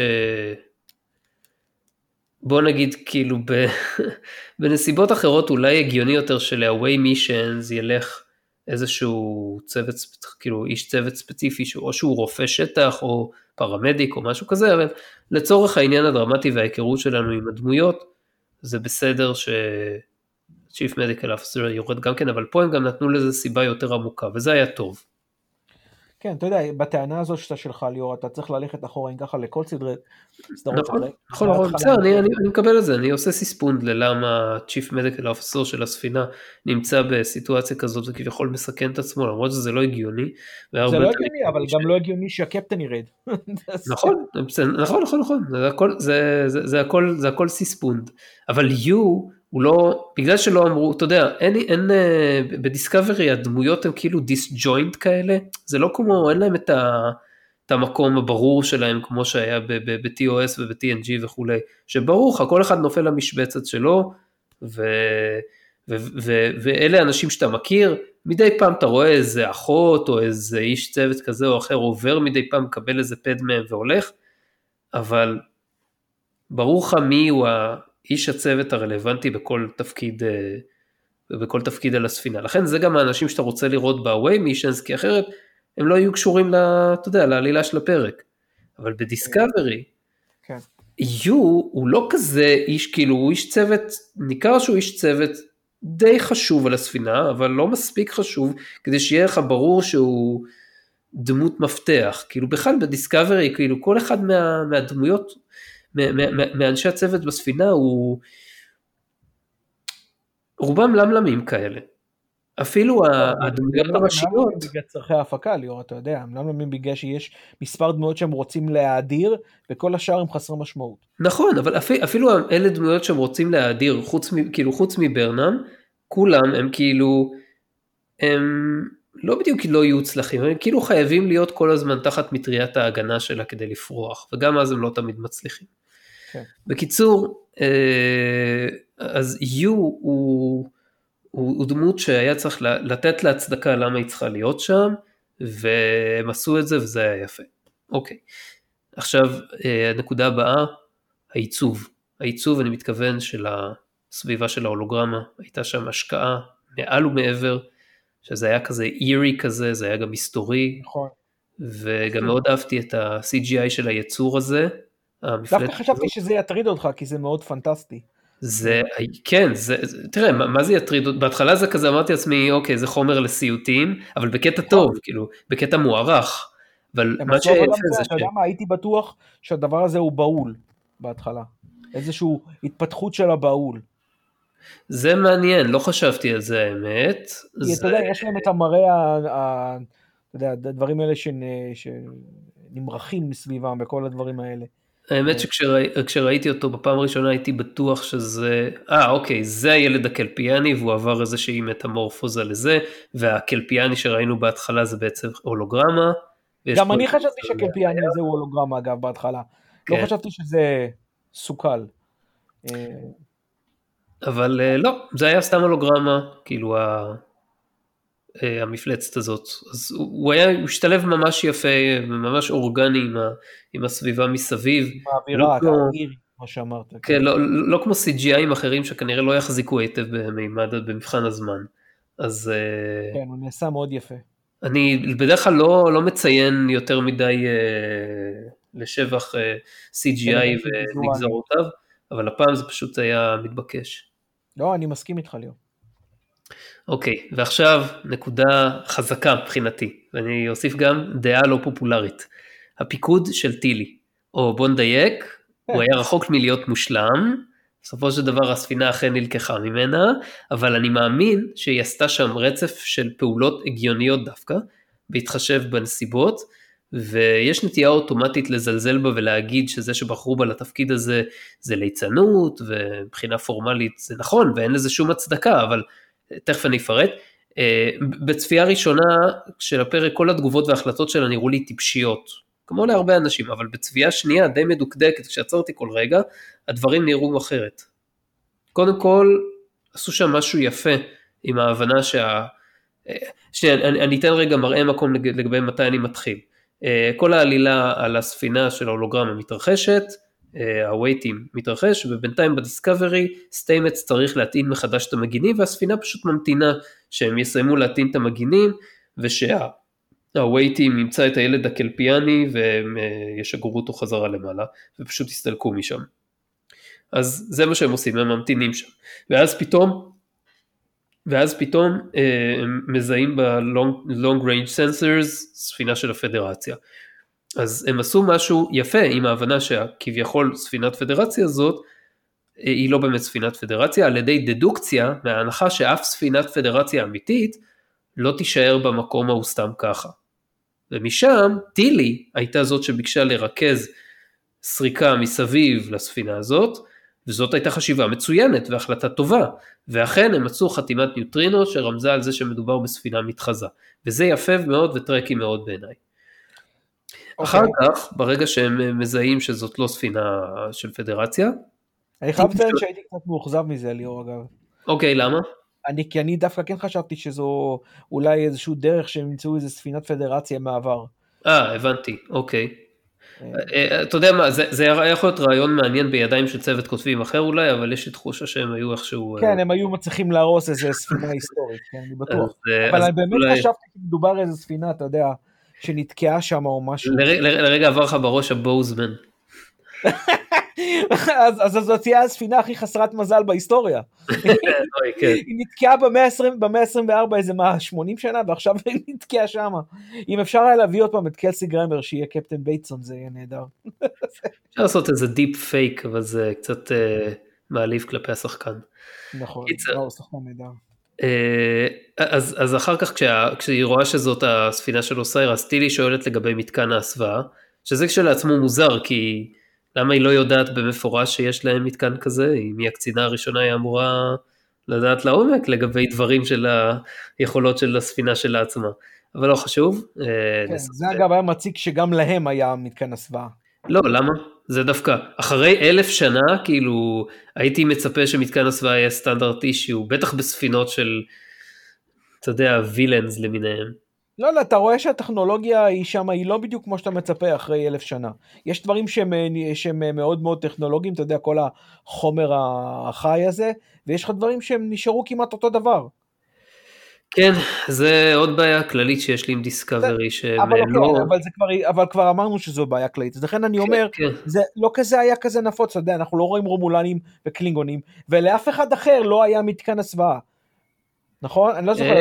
S1: בוא נגיד כאילו ב... בנסיבות אחרות אולי הגיוני יותר של-Away Missions ילך איזשהו צוות, כאילו איש צוות ספציפי, או שהוא רופא שטח או פרמדיק או משהו כזה, אבל לצורך העניין הדרמטי וההיכרות שלנו עם הדמויות, זה בסדר ש-Chief Medical Officer יורד גם כן, אבל פה הם גם נתנו לזה סיבה יותר עמוקה, וזה היה טוב.
S2: כן, אתה יודע, בטענה הזו שאתה שלך ליאור, אתה צריך ללכת אחורה, אם ככה לכל סדרי סדרות.
S1: נכון, נכון, נכון, בסדר, אני, אני, אני מקבל את זה, אני עושה סיספונד ללמה Chief Medical Officer של הספינה נמצא בסיטואציה כזאת וכביכול מסכן את עצמו, למרות שזה לא הגיוני.
S2: זה לא הגיוני, אבל גם לא הגיוני שהקפטן ירד.
S1: נכון, נכון, נכון, נכון, זה הכל, זה, זה, זה הכל, זה הכל סיספונד, אבל יו, הוא לא, בגלל שלא אמרו, אתה יודע, אין, אין, בדיסקאברי הדמויות הן כאילו דיסג'וינט כאלה, זה לא כמו, אין להם את, ה, את המקום הברור שלהם, כמו שהיה ב-טי או אס וב-טי אן ג'י וכולי, שברור לך, כל אחד נופל למשבצת שלו, ו, ו, ו, ואלה אנשים שאתה מכיר, מדי פעם אתה רואה איזה אחות, או איזה איש צוות כזה או אחר, עובר מדי פעם, מקבל איזה פד מהם והולך, אבל ברור לך מי הוא ה... איש הצוות הרלוונטי בכל תפקיד, בכל תפקיד על הספינה. לכן זה גם האנשים שאתה רוצה לראות ב-Away Missions, כי אחרת הם לא יהיו קשורים, אתה יודע, לעלילה של הפרק. אבל בדיסקאברי,
S2: כן.
S1: יו הוא לא כזה איש, כאילו הוא איש צוות, ניכר שהוא איש צוות די חשוב על הספינה, אבל לא מספיק חשוב, כדי שיהיה לך ברור שהוא דמות מפתח. כאילו בכלל בדיסקאברי, כאילו כל אחד מה, מהדמויות, מאנשי הצוות בספינה הוא רובם למלמים כאלה, אפילו הדמויות הראשיות. הם למלמים
S2: בגלל צרכי ההפקה, ליאור, אתה יודע, הם למלמים בגלל שיש מספר דמויות שהם רוצים להאדיר, וכל השאר הם חסרי משמעות.
S1: נכון, אבל אפילו אלה דמויות שהם רוצים להאדיר, כאילו חוץ מברנם, כולם הם כאילו, הם לא בדיוק לא יהיו צלחים, הם כאילו חייבים להיות כל הזמן תחת מטריית ההגנה שלה כדי לפרוח, וגם אז הם לא תמיד מצליחים.
S2: כן.
S1: בקיצור, אז יו הוא, הוא, הוא דמות שהיה צריך לתת לה הצדקה למה היא צריכה להיות שם, והם עשו את זה וזה היה יפה. אוקיי, עכשיו הנקודה הבאה, העיצוב. העיצוב, אני מתכוון, של הסביבה של ההולוגרמה, הייתה שם השקעה מעל ומעבר, שזה היה כזה אירי כזה, זה היה גם היסטורי,
S2: נכון.
S1: וגם מאוד אהבתי את ה-סי ג'י איי של היצור הזה.
S2: דווקא חשבתי שזה יטריד אותך, כי זה מאוד פנטסטי.
S1: זה, כן, זה, תראה, מה, מה זה יטריד? בהתחלה זה כזה, אמרתי לעצמי, אוקיי, זה חומר לסיוטים, אבל בקטע טוב, כאילו, בקטע מוערך. אבל מה שיפה זה ש...
S2: אתה יודע מה, הייתי בטוח שהדבר הזה הוא בעול בהתחלה. איזושהי התפתחות של הבעול.
S1: זה מעניין, לא חשבתי על זה האמת.
S2: אתה יודע, יש להם את המראה, אתה יודע, הדברים האלה שנמרחים מסביבם בכל הדברים האלה.
S1: האמת שכשראיתי אותו בפעם הראשונה הייתי בטוח שזה, אה אוקיי, זה הילד הקלפיאני והוא עבר איזושהי מטמורפוזה לזה, והקלפיאני שראינו בהתחלה זה בעצם הולוגרמה.
S2: גם אני חשבתי שהקלפיאני הזה הוא הולוגרמה אגב בהתחלה, לא חשבתי שזה סוקל.
S1: אבל לא, זה היה סתם הולוגרמה, כאילו המפלצת הזאת, אז הוא היה, הוא השתלב ממש יפה, ממש אורגני עם, ה, עם הסביבה מסביב. עם
S2: האווירה, לא כמו, מה שאמרת.
S1: כן, לא, לא כמו סי ג'י איי אחרים שכנראה לא יחזיקו היטב במימד, במבחן הזמן. אז...
S2: כן, הוא נעשה מאוד יפה.
S1: אני בדרך כלל לא, לא מציין יותר מדי לשבח סי ג'י איי ונגזרותיו, אבל הפעם זה פשוט היה מתבקש.
S2: לא, אני מסכים איתך ליאור.
S1: אוקיי, ועכשיו נקודה חזקה מבחינתי, ואני אוסיף גם דעה לא פופולרית. הפיקוד של טילי, או בוא נדייק, הוא היה רחוק מלהיות מושלם, בסופו של דבר הספינה אכן נלקחה ממנה, אבל אני מאמין שהיא עשתה שם רצף של פעולות הגיוניות דווקא, בהתחשב בנסיבות, ויש נטייה אוטומטית לזלזל בה ולהגיד שזה שבחרו בה לתפקיד הזה זה ליצנות, ומבחינה פורמלית זה נכון, ואין לזה שום הצדקה, אבל תכף אני אפרט. בצפייה ראשונה של הפרק, כל התגובות וההחלטות שלה נראו לי טיפשיות, כמו להרבה אנשים, אבל בצפייה שנייה די מדוקדקת, כשעצרתי כל רגע, הדברים נראו אחרת. קודם כל, עשו שם משהו יפה, עם ההבנה שה... שנייה, אני, אני אתן רגע מראה מקום לגבי מתי אני מתחיל. כל העלילה על הספינה של ההולוגרמה מתרחשת, הווייטים מתרחש, ובינתיים בדיסקאברי, סטיימץ צריך להטעין מחדש את המגינים, והספינה פשוט ממתינה שהם יסיימו להטעין את המגינים, ושהווייטים ימצא את הילד הקלפיאני, והם ישגרו אותו חזרה למעלה, ופשוט יסתלקו משם. אז זה מה שהם עושים, הם ממתינים שם. ואז פתאום, ואז פתאום הם מזהים ב-long range sensors, ספינה של הפדרציה. אז הם עשו משהו יפה עם ההבנה שכביכול ספינת פדרציה הזאת, היא לא באמת ספינת פדרציה, על ידי דדוקציה, מההנחה שאף ספינת פדרציה אמיתית, לא תישאר במקום ההוא סתם ככה. ומשם, טילי הייתה זאת שביקשה לרכז סריקה מסביב לספינה הזאת, וזאת הייתה חשיבה מצוינת והחלטה טובה, ואכן הם מצאו חתימת ניוטרינו שרמזה על זה שמדובר בספינה מתחזה, וזה יפה מאוד וטרקי מאוד בעיניי. אחר כך, ברגע שהם מזהים שזאת לא ספינה של פדרציה.
S2: אני חייב לציין שהייתי קצת מאוכזב מזה, ליאור, אגב.
S1: אוקיי, למה?
S2: אני, כי אני דווקא כן חשבתי שזו אולי איזשהו דרך שהם ימצאו איזו ספינת פדרציה מעבר.
S1: אה, הבנתי, אוקיי. אתה יודע מה, זה היה יכול להיות רעיון מעניין בידיים של צוות כותבים אחר אולי, אבל יש לי תחושה שהם היו איכשהו...
S2: כן, הם היו מצליחים להרוס איזו ספינה היסטורית, כן, אני בטוח. אבל אני באמת חשבתי שמדובר איזו ספינה, אתה יודע, שנתקעה שם או משהו.
S1: לרגע עבר לך בראש הבוזמן.
S2: אז זאת תהיה הספינה הכי חסרת מזל בהיסטוריה. היא נתקעה במאה ה-עשרים וארבע איזה מה, שמונים שנה, ועכשיו היא נתקעה שם. אם אפשר היה להביא עוד פעם את קלסי גרמר, שיהיה קפטן בייטסון, זה יהיה נהדר.
S1: אפשר לעשות איזה דיפ פייק, אבל זה קצת מעליב כלפי השחקן.
S2: נכון, הוא שחקן נהדר.
S1: אז, אז אחר כך כשה, כשהיא רואה שזאת הספינה של אוסיירס, טילי שואלת לגבי מתקן ההסוואה, שזה כשלעצמו מוזר, כי למה היא לא יודעת במפורש שיש להם מתקן כזה, אם היא הקצינה הראשונה היא אמורה לדעת לעומק לגבי דברים של היכולות של הספינה שלה עצמה. אבל לא חשוב.
S2: כן, זה אגב היה מציג שגם להם היה מתקן הסוואה.
S1: לא, למה? זה דווקא, אחרי אלף שנה, כאילו, הייתי מצפה שמתקן הסוואה יהיה סטנדרט אישיו, בטח בספינות של, אתה יודע, וילאנס למיניהם.
S2: לא, לא, אתה רואה שהטכנולוגיה היא שם, היא לא בדיוק כמו שאתה מצפה אחרי אלף שנה. יש דברים שהם, שהם מאוד מאוד טכנולוגיים, אתה יודע, כל החומר החי הזה, ויש לך דברים שהם נשארו כמעט אותו דבר.
S1: כן, זה עוד בעיה כללית שיש לי עם דיסקאברי, שהם
S2: אבל,
S1: לא...
S2: אוקיי, אבל, זה כבר, אבל כבר אמרנו שזו בעיה כללית, אז לכן אני אומר,
S1: כן, כן.
S2: זה לא כזה היה כזה נפוץ, אתה יודע, אנחנו לא רואים רומולנים וקלינגונים, ולאף אחד אחר לא היה מתקן הסוואה. נכון? אני לא זוכר.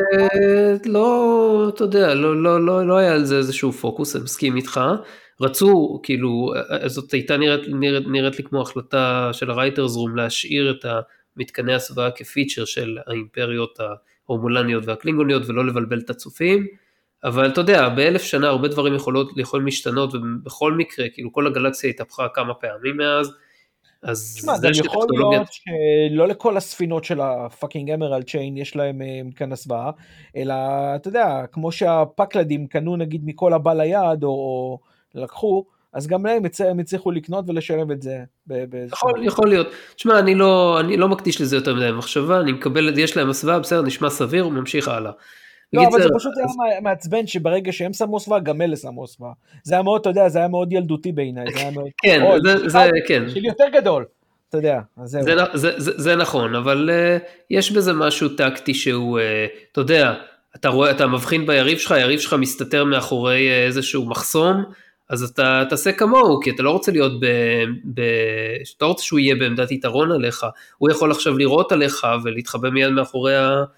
S1: לא, אתה יודע, לא היה על זה איזשהו פוקוס, אני מסכים איתך. רצו, כאילו, זאת הייתה נראית לי כמו החלטה של הרייטרס רום, להשאיר את המתקני הסוואה כפיצ'ר של האימפריות ההורמולניות והקלינגוניות, ולא לבלבל את הצופים. אבל אתה יודע, באלף שנה הרבה דברים יכולים להשתנות, ובכל מקרה, כאילו, כל הגלקסיה התהפכה כמה פעמים מאז, אז
S2: שמה, זה יכול להיות שלא לכל הספינות של הפאקינג אמרלד צ'יין יש להם מתקן הסוואה, אלא אתה יודע, כמו שהפקלדים קנו נגיד מכל הבא ליד, או לקחו, אז גם להם הם הצליחו לקנות ולשלם את זה.
S1: יכול, יכול להיות. תשמע, אני לא, אני לא מקדיש לזה יותר מדי מחשבה, אני מקבל, יש להם הסוואה, בסדר, נשמע סביר, הוא ממשיך הלאה.
S2: לא, אבל זה פשוט היה מעצבן שברגע שהם שמו הסוואה, גם אלה שמו הסוואה. זה היה מאוד, אתה יודע, זה היה מאוד ילדותי בעיניי.
S1: כן, זה, כן.
S2: שלי יותר גדול, אתה יודע.
S1: זה נכון, אבל יש בזה משהו טקטי שהוא, אתה יודע, אתה רואה, אתה מבחין ביריב שלך, היריב שלך מסתתר מאחורי איזשהו מחסום, אז אתה תעשה כמוהו, כי אתה לא רוצה להיות ב... ב... אתה רוצה שהוא יהיה בעמדת יתרון עליך, הוא יכול עכשיו לראות עליך ולהתחבא מיד מאחורי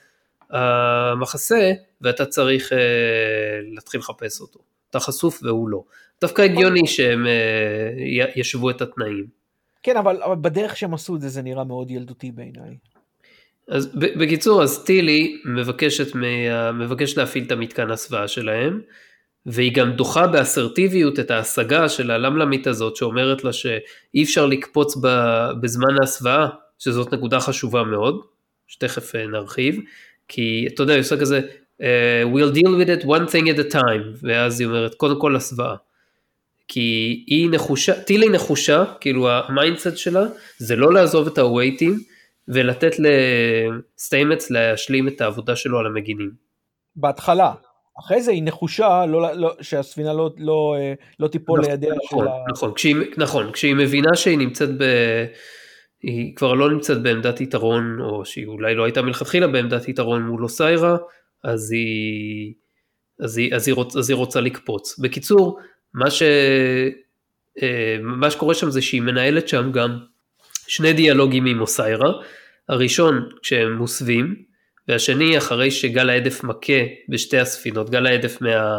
S1: המחסה, ואתה צריך uh, להתחיל לחפש אותו. אתה חשוף והוא לא. דווקא הגיוני שהם uh, ישבו את התנאים.
S2: כן, אבל, אבל בדרך שהם עשו את זה, זה נראה מאוד ילדותי בעיניי.
S1: אז בקיצור, אז טילי מבקשת, מה... מבקשת להפעיל את המתקן הסוואה שלהם, והיא גם דוחה באסרטיביות את ההשגה של הלמלמית הזאת, שאומרת לה שאי אפשר לקפוץ בזמן ההסוואה, שזאת נקודה חשובה מאוד, שתכף נרחיב, כי אתה יודע, היא עושה כזה, uh, we'll deal with it one thing at a time, ואז היא אומרת, קודם כל הסוואה, כי היא נחושה, טילי נחושה, כאילו המיינדסט שלה, זה לא לעזוב את הווייטים, ולתת לסטיימץ להשלים את העבודה שלו על המגינים.
S2: בהתחלה. אחרי זה היא נחושה, לא, לא, שהספינה לא, לא, לא תיפול
S1: נכון,
S2: לידיה
S1: נכון,
S2: של ה...
S1: נכון, כשהיא, נכון, כשהיא מבינה שהיא נמצאת ב... היא כבר לא נמצאת בעמדת יתרון, או שהיא אולי לא הייתה מלכתחילה בעמדת יתרון מול אוסיירה, אז היא, אז היא, אז היא, רוצ, אז היא רוצה לקפוץ. בקיצור, מה, ש, מה שקורה שם זה שהיא מנהלת שם גם שני דיאלוגים עם אוסיירה, הראשון כשהם מוסווים, והשני אחרי שגל העדף מכה בשתי הספינות, גל העדף מה,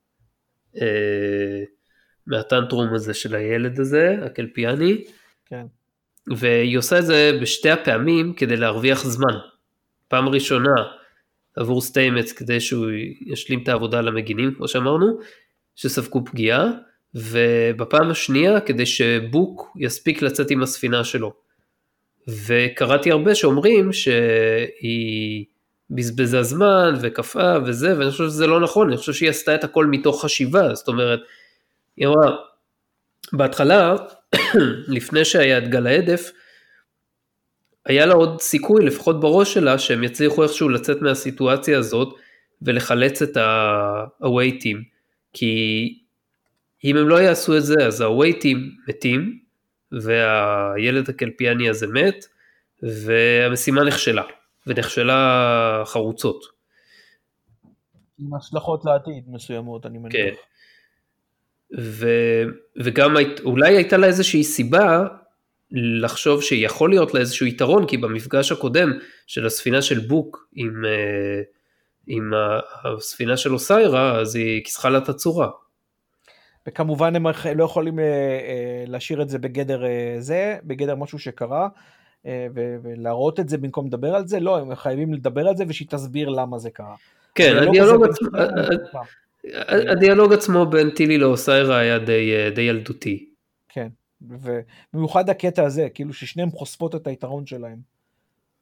S1: אה, מהטנטרום הזה של הילד הזה, הקלפיאני,
S2: כן.
S1: והיא עושה את זה בשתי הפעמים כדי להרוויח זמן. פעם ראשונה עבור סטיימץ כדי שהוא ישלים את העבודה למגינים, כמו שאמרנו, שספקו פגיעה, ובפעם השנייה כדי שבוק יספיק לצאת עם הספינה שלו. וקראתי הרבה שאומרים שהיא בזבזה זמן וקפאה וזה, ואני חושב שזה לא נכון, אני חושב שהיא עשתה את הכל מתוך חשיבה, זאת אומרת, היא אמרה, בהתחלה, לפני שהיה את גל העדף, היה לה עוד סיכוי, לפחות בראש שלה, שהם יצליחו איכשהו לצאת מהסיטואציה הזאת, ולחלץ את הווייטים, כי אם הם לא יעשו את זה, אז הווייטים מתים, והילד הקלפיאני הזה מת, והמשימה נכשלה, ונכשלה חרוצות.
S2: עם השלכות לעתיד מסוימות, אני מניח.
S1: כן. ו... וגם אולי הייתה לה איזושהי סיבה, לחשוב שיכול להיות לה איזשהו יתרון, כי במפגש הקודם של הספינה של בוק, עם, עם הספינה של אוסיירה, אז היא כיסחה לה את הצורה.
S2: וכמובן הם לא יכולים להשאיר את זה בגדר זה, בגדר משהו שקרה, ולהראות את זה במקום לדבר על זה, לא, הם חייבים לדבר על זה, ושהיא תסביר למה זה קרה.
S1: כן, הדיאלוג עצמו, הדיאלוג עצמו בין טילי לאוסיירה היה די, די ילדותי.
S2: כן, ובמיוחד הקטע הזה, כאילו ששניהם חושפות את היתרון שלהם.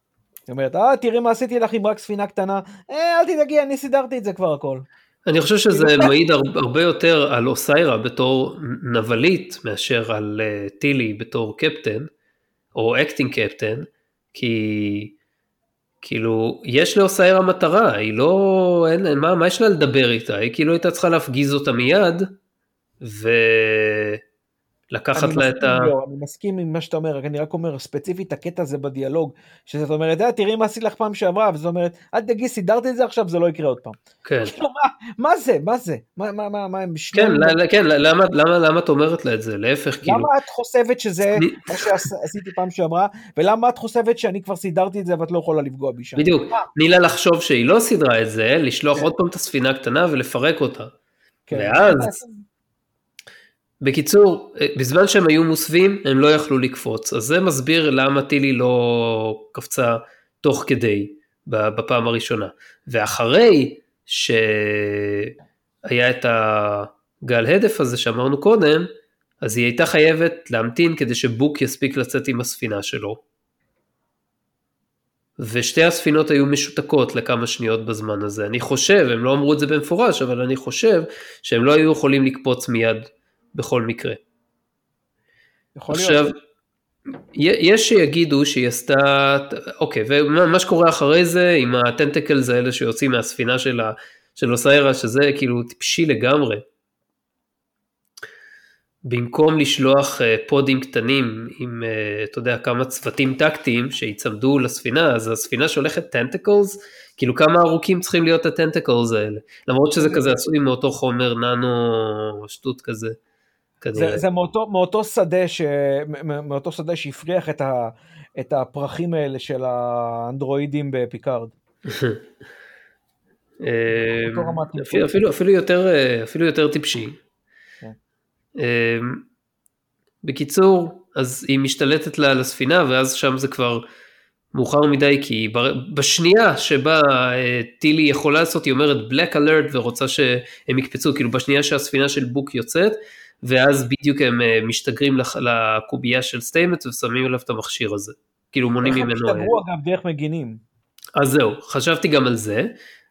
S2: היא אומרת, אה, תראי מה עשיתי לך עם רק ספינה קטנה, אה, אל תדאגי, אני סידרתי את זה כבר הכל.
S1: אני חושב שזה מעיד הרבה יותר על אוסיירה בתור נבלית, מאשר על טילי בתור קפטן, או אקטינג קפטן, כי כאילו, יש לאוסיירה מטרה, היא לא, אין, מה, מה יש לה לדבר איתה? היא כאילו הייתה צריכה להפגיז אותה מיד, ולקחת לה את ה...
S2: לא, אני מסכים עם מה שאתה אומר, אני רק אומר, ספציפית הקטע הזה בדיאלוג, שזאת אומרת, אה, תראי מה עשית לך פעם שעברה, וזאת אומרת, אל תגידי, סידרתי את זה עכשיו, זה לא יקרה עוד פעם.
S1: כן.
S2: כאילו, מה, מה זה? מה זה? מה, מה, מה, מה, הם
S1: שני... כן, ל, כן, למה, למה, למה את אומרת לה את זה? להפך, כאילו...
S2: למה את חושבת שזה אני... מה שעשיתי פעם שעברה, ולמה את חושבת שאני כבר סידרתי את זה, ואת לא יכולה לפגוע בי שם?
S1: בדיוק, תני לה לחשוב שהיא לא סידרה את זה, לשלוח עוד פעם את הספינה הקטנה ולפרק אותה. ואז... בקיצור, בזמן שהם היו מוסווים, הם לא יכלו לקפוץ, אז זה מסביר למה טילי לא קפצה תוך כדי בפעם הראשונה. ואחרי שהיה את הגל הדף הזה שאמרנו קודם, אז היא הייתה חייבת להמתין כדי שבוק יספיק לצאת עם הספינה שלו. ושתי הספינות היו משותקות לכמה שניות בזמן הזה. אני חושב, הם לא אמרו את זה במפורש, אבל אני חושב שהם לא היו יכולים לקפוץ מיד בכל מקרה. עכשיו, יש שיגידו שהיא עשתה, אוקיי, ומה שקורה אחרי זה, עם הטנטקלס האלה שיוצאים מהספינה שלה, של אוסיירה, שזה כאילו טיפשי לגמרי. במקום לשלוח פודים קטנים, עם, אתה יודע, כמה צוותים טקטיים, שיצמדו לספינה, אז הספינה שהולכת טנטקלס, כאילו כמה ארוכים צריכים להיות הטנטקלס האלה, למרות שזה כזה עשוי מאותו חומר ננו, שטות כזה.
S2: זה, זה מאותו, מאותו שדה ש, מאותו שדה שהפריח את ה, את הפרחים האלה של האנדרואידים בפיקארד.
S1: אפילו, אפילו יותר, אפילו יותר טיפשי. בקיצור, אז היא משתלטת לה לספינה, ואז שם זה כבר מאוחר מדי, כי בשנייה שבה טילי יכולה לעשות, היא אומרת black alert, ורוצה שהם יקפצו, כאילו בשנייה שהספינה של בוק יוצאת, ואז בדיוק הם משתגרים לקובייה של סטיימץ, ושמים אליו את המכשיר הזה. כאילו מונים ממנו...
S2: איך הם משתגרו אגב דרך מגינים?
S1: אז זהו, חשבתי גם על זה,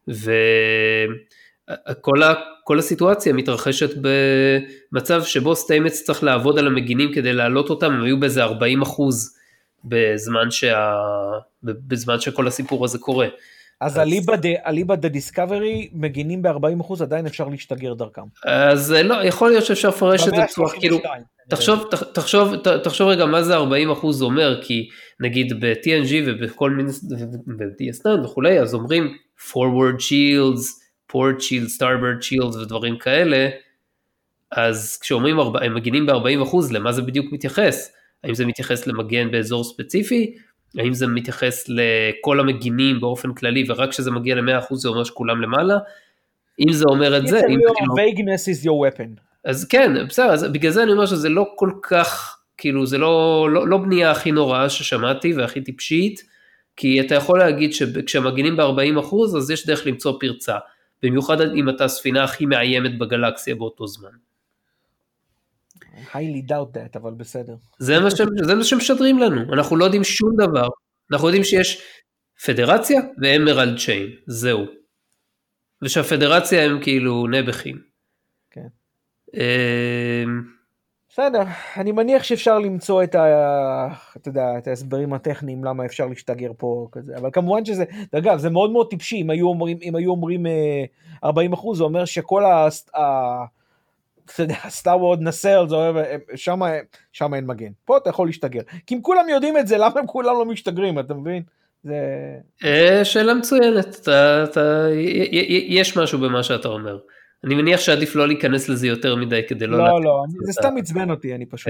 S1: וכל ה... כל הסיטואציה מתרחשת במצב שבו סטיימץ צריך לעבוד על המגינים כדי להעלות אותם, הם היו באיזה ארבעים אחוז בזמן, שה... בזמן שכל הסיפור הזה קורה.
S2: אז אליבא דה דיסקאברי, מגינים ב-ארבעים אחוז, עדיין אפשר להשתגר דרכם.
S1: אז לא, יכול להיות שאפשר לפרש את זה בצורה, כאילו, תחשוב, תחשוב, תחשוב רגע מה זה ארבעים אחוז אומר, כי נגיד ב-טי אן ג'י ובכל מיני, ב-די אס נייין וכולי, אז אומרים forward shields, port shields, starboard shields ודברים כאלה, אז כשאומרים הם מגינים ב-ארבעים אחוז, למה זה בדיוק מתייחס? האם זה מתייחס למגן באזור ספציפי? האם זה מתייחס לכל המגינים באופן כללי, ורק כשזה מגיע ל-מאה אחוז זה אומר שכולם למעלה? אם זה אומר את זה...
S2: vagueness is your weapon.
S1: אז כן, בסדר, אז בגלל זה אני אומר שזה לא כל כך, כאילו זה לא, לא, לא בנייה הכי נוראה ששמעתי והכי טיפשית, כי אתה יכול להגיד שכשמגינים ב-ארבעים אחוז, אז יש דרך למצוא פרצה, במיוחד אם אתה הספינה הכי מאיימת בגלקסיה באותו זמן.
S2: highly doubt that, אבל בסדר.
S1: זה מה, ש... זה מה שמשדרים לנו, אנחנו לא יודעים שום דבר, אנחנו יודעים שיש פדרציה ואמרלד צ'יין, זהו. ושהפדרציה הם כאילו נבחים.
S2: כן. בסדר, אני מניח שאפשר למצוא את, ה... אתה יודע, את ההסברים הטכניים למה אפשר להשתגר פה כזה, אבל כמובן שזה, אגב, זה מאוד מאוד טיפשי, אם היו אומרים, אם היו אומרים ארבעים אחוז, זה אומר שכל ה... אתה יודע, סטאר וורד נסר, שם אין מגן. פה אתה יכול להשתגר. כי אם כולם יודעים את זה, למה הם כולם לא משתגרים, אתה מבין? זה...
S1: שאלה מצוינת, יש משהו במה שאתה אומר. אני מניח שעדיף לא להיכנס לזה יותר מדי כדי לא...
S2: לא, לא, זה סתם מצבן אותי, אני פשוט...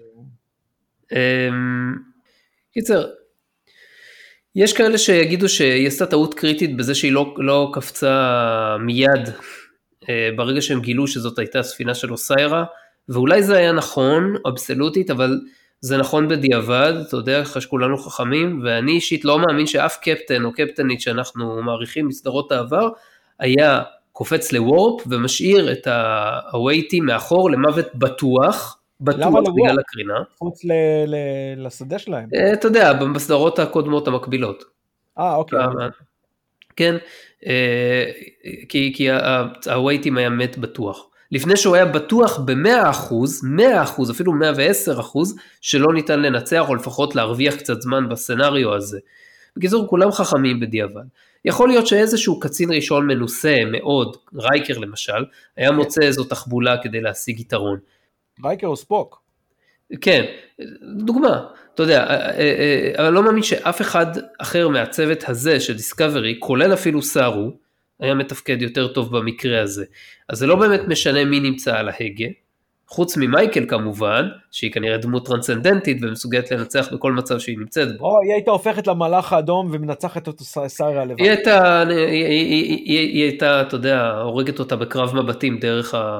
S1: קיצר, יש כאלה שיגידו שהיא עשתה טעות קריטית בזה שהיא לא קפצה מיד, ברגע שהם גילו שזאת הייתה ספינה של אוסיירה, ואולי זה היה נכון, אבסולוטית, אבל זה נכון בדיעבד, אתה יודע, שכולנו חכמים, ואני אישית לא מאמין שאף קפטן או קפטנית שאנחנו מעריכים בסדרות העבר, היה קופץ לוורפ ומשאיר את הווייטים מאחור למוות בטוח, בטוח בגלל הקרינה.
S2: חוץ לשדה שלהם.
S1: אתה יודע, בסדרות הקודמות המקבילות.
S2: אה, אוקיי.
S1: כן, כי, כי הווייטים היה מת בטוח. לפני שהוא היה בטוח ב-מאה אחוז, מאה אחוז, אפילו מאה ועשר אחוז, שלא ניתן לנצח, או לפחות להרוויח קצת זמן בסצנריו הזה. בקיצור, כולם חכמים בדיעבד. יכול להיות שאיזשהו קצין ראשון מנוסה מאוד, רייקר למשל, היה מוצא איזו תחבולה כדי להשיג יתרון.
S2: רייקר או ספוק?
S1: כן, דוגמה, אתה יודע, אבל לא מאמין שאף אחד אחר מהצוות הזה של דיסקאברי, כולל אפילו סארו, היה מתפקד יותר טוב במקרה הזה. אז זה לא באמת משנה מי נמצא על ההגה, חוץ ממייקל כמובן, שהיא כנראה דמות טרנסצנדנטית ומסוגלת לנצח בכל מצב שהיא נמצאת בו.
S2: או, היא הייתה הופכת למלאך האדום ומנצחת אותו סיירה לבד.
S1: היא הייתה, היא, היא, היא, היא הייתה, אתה יודע, הורגת אותה בקרב מבטים דרך ה...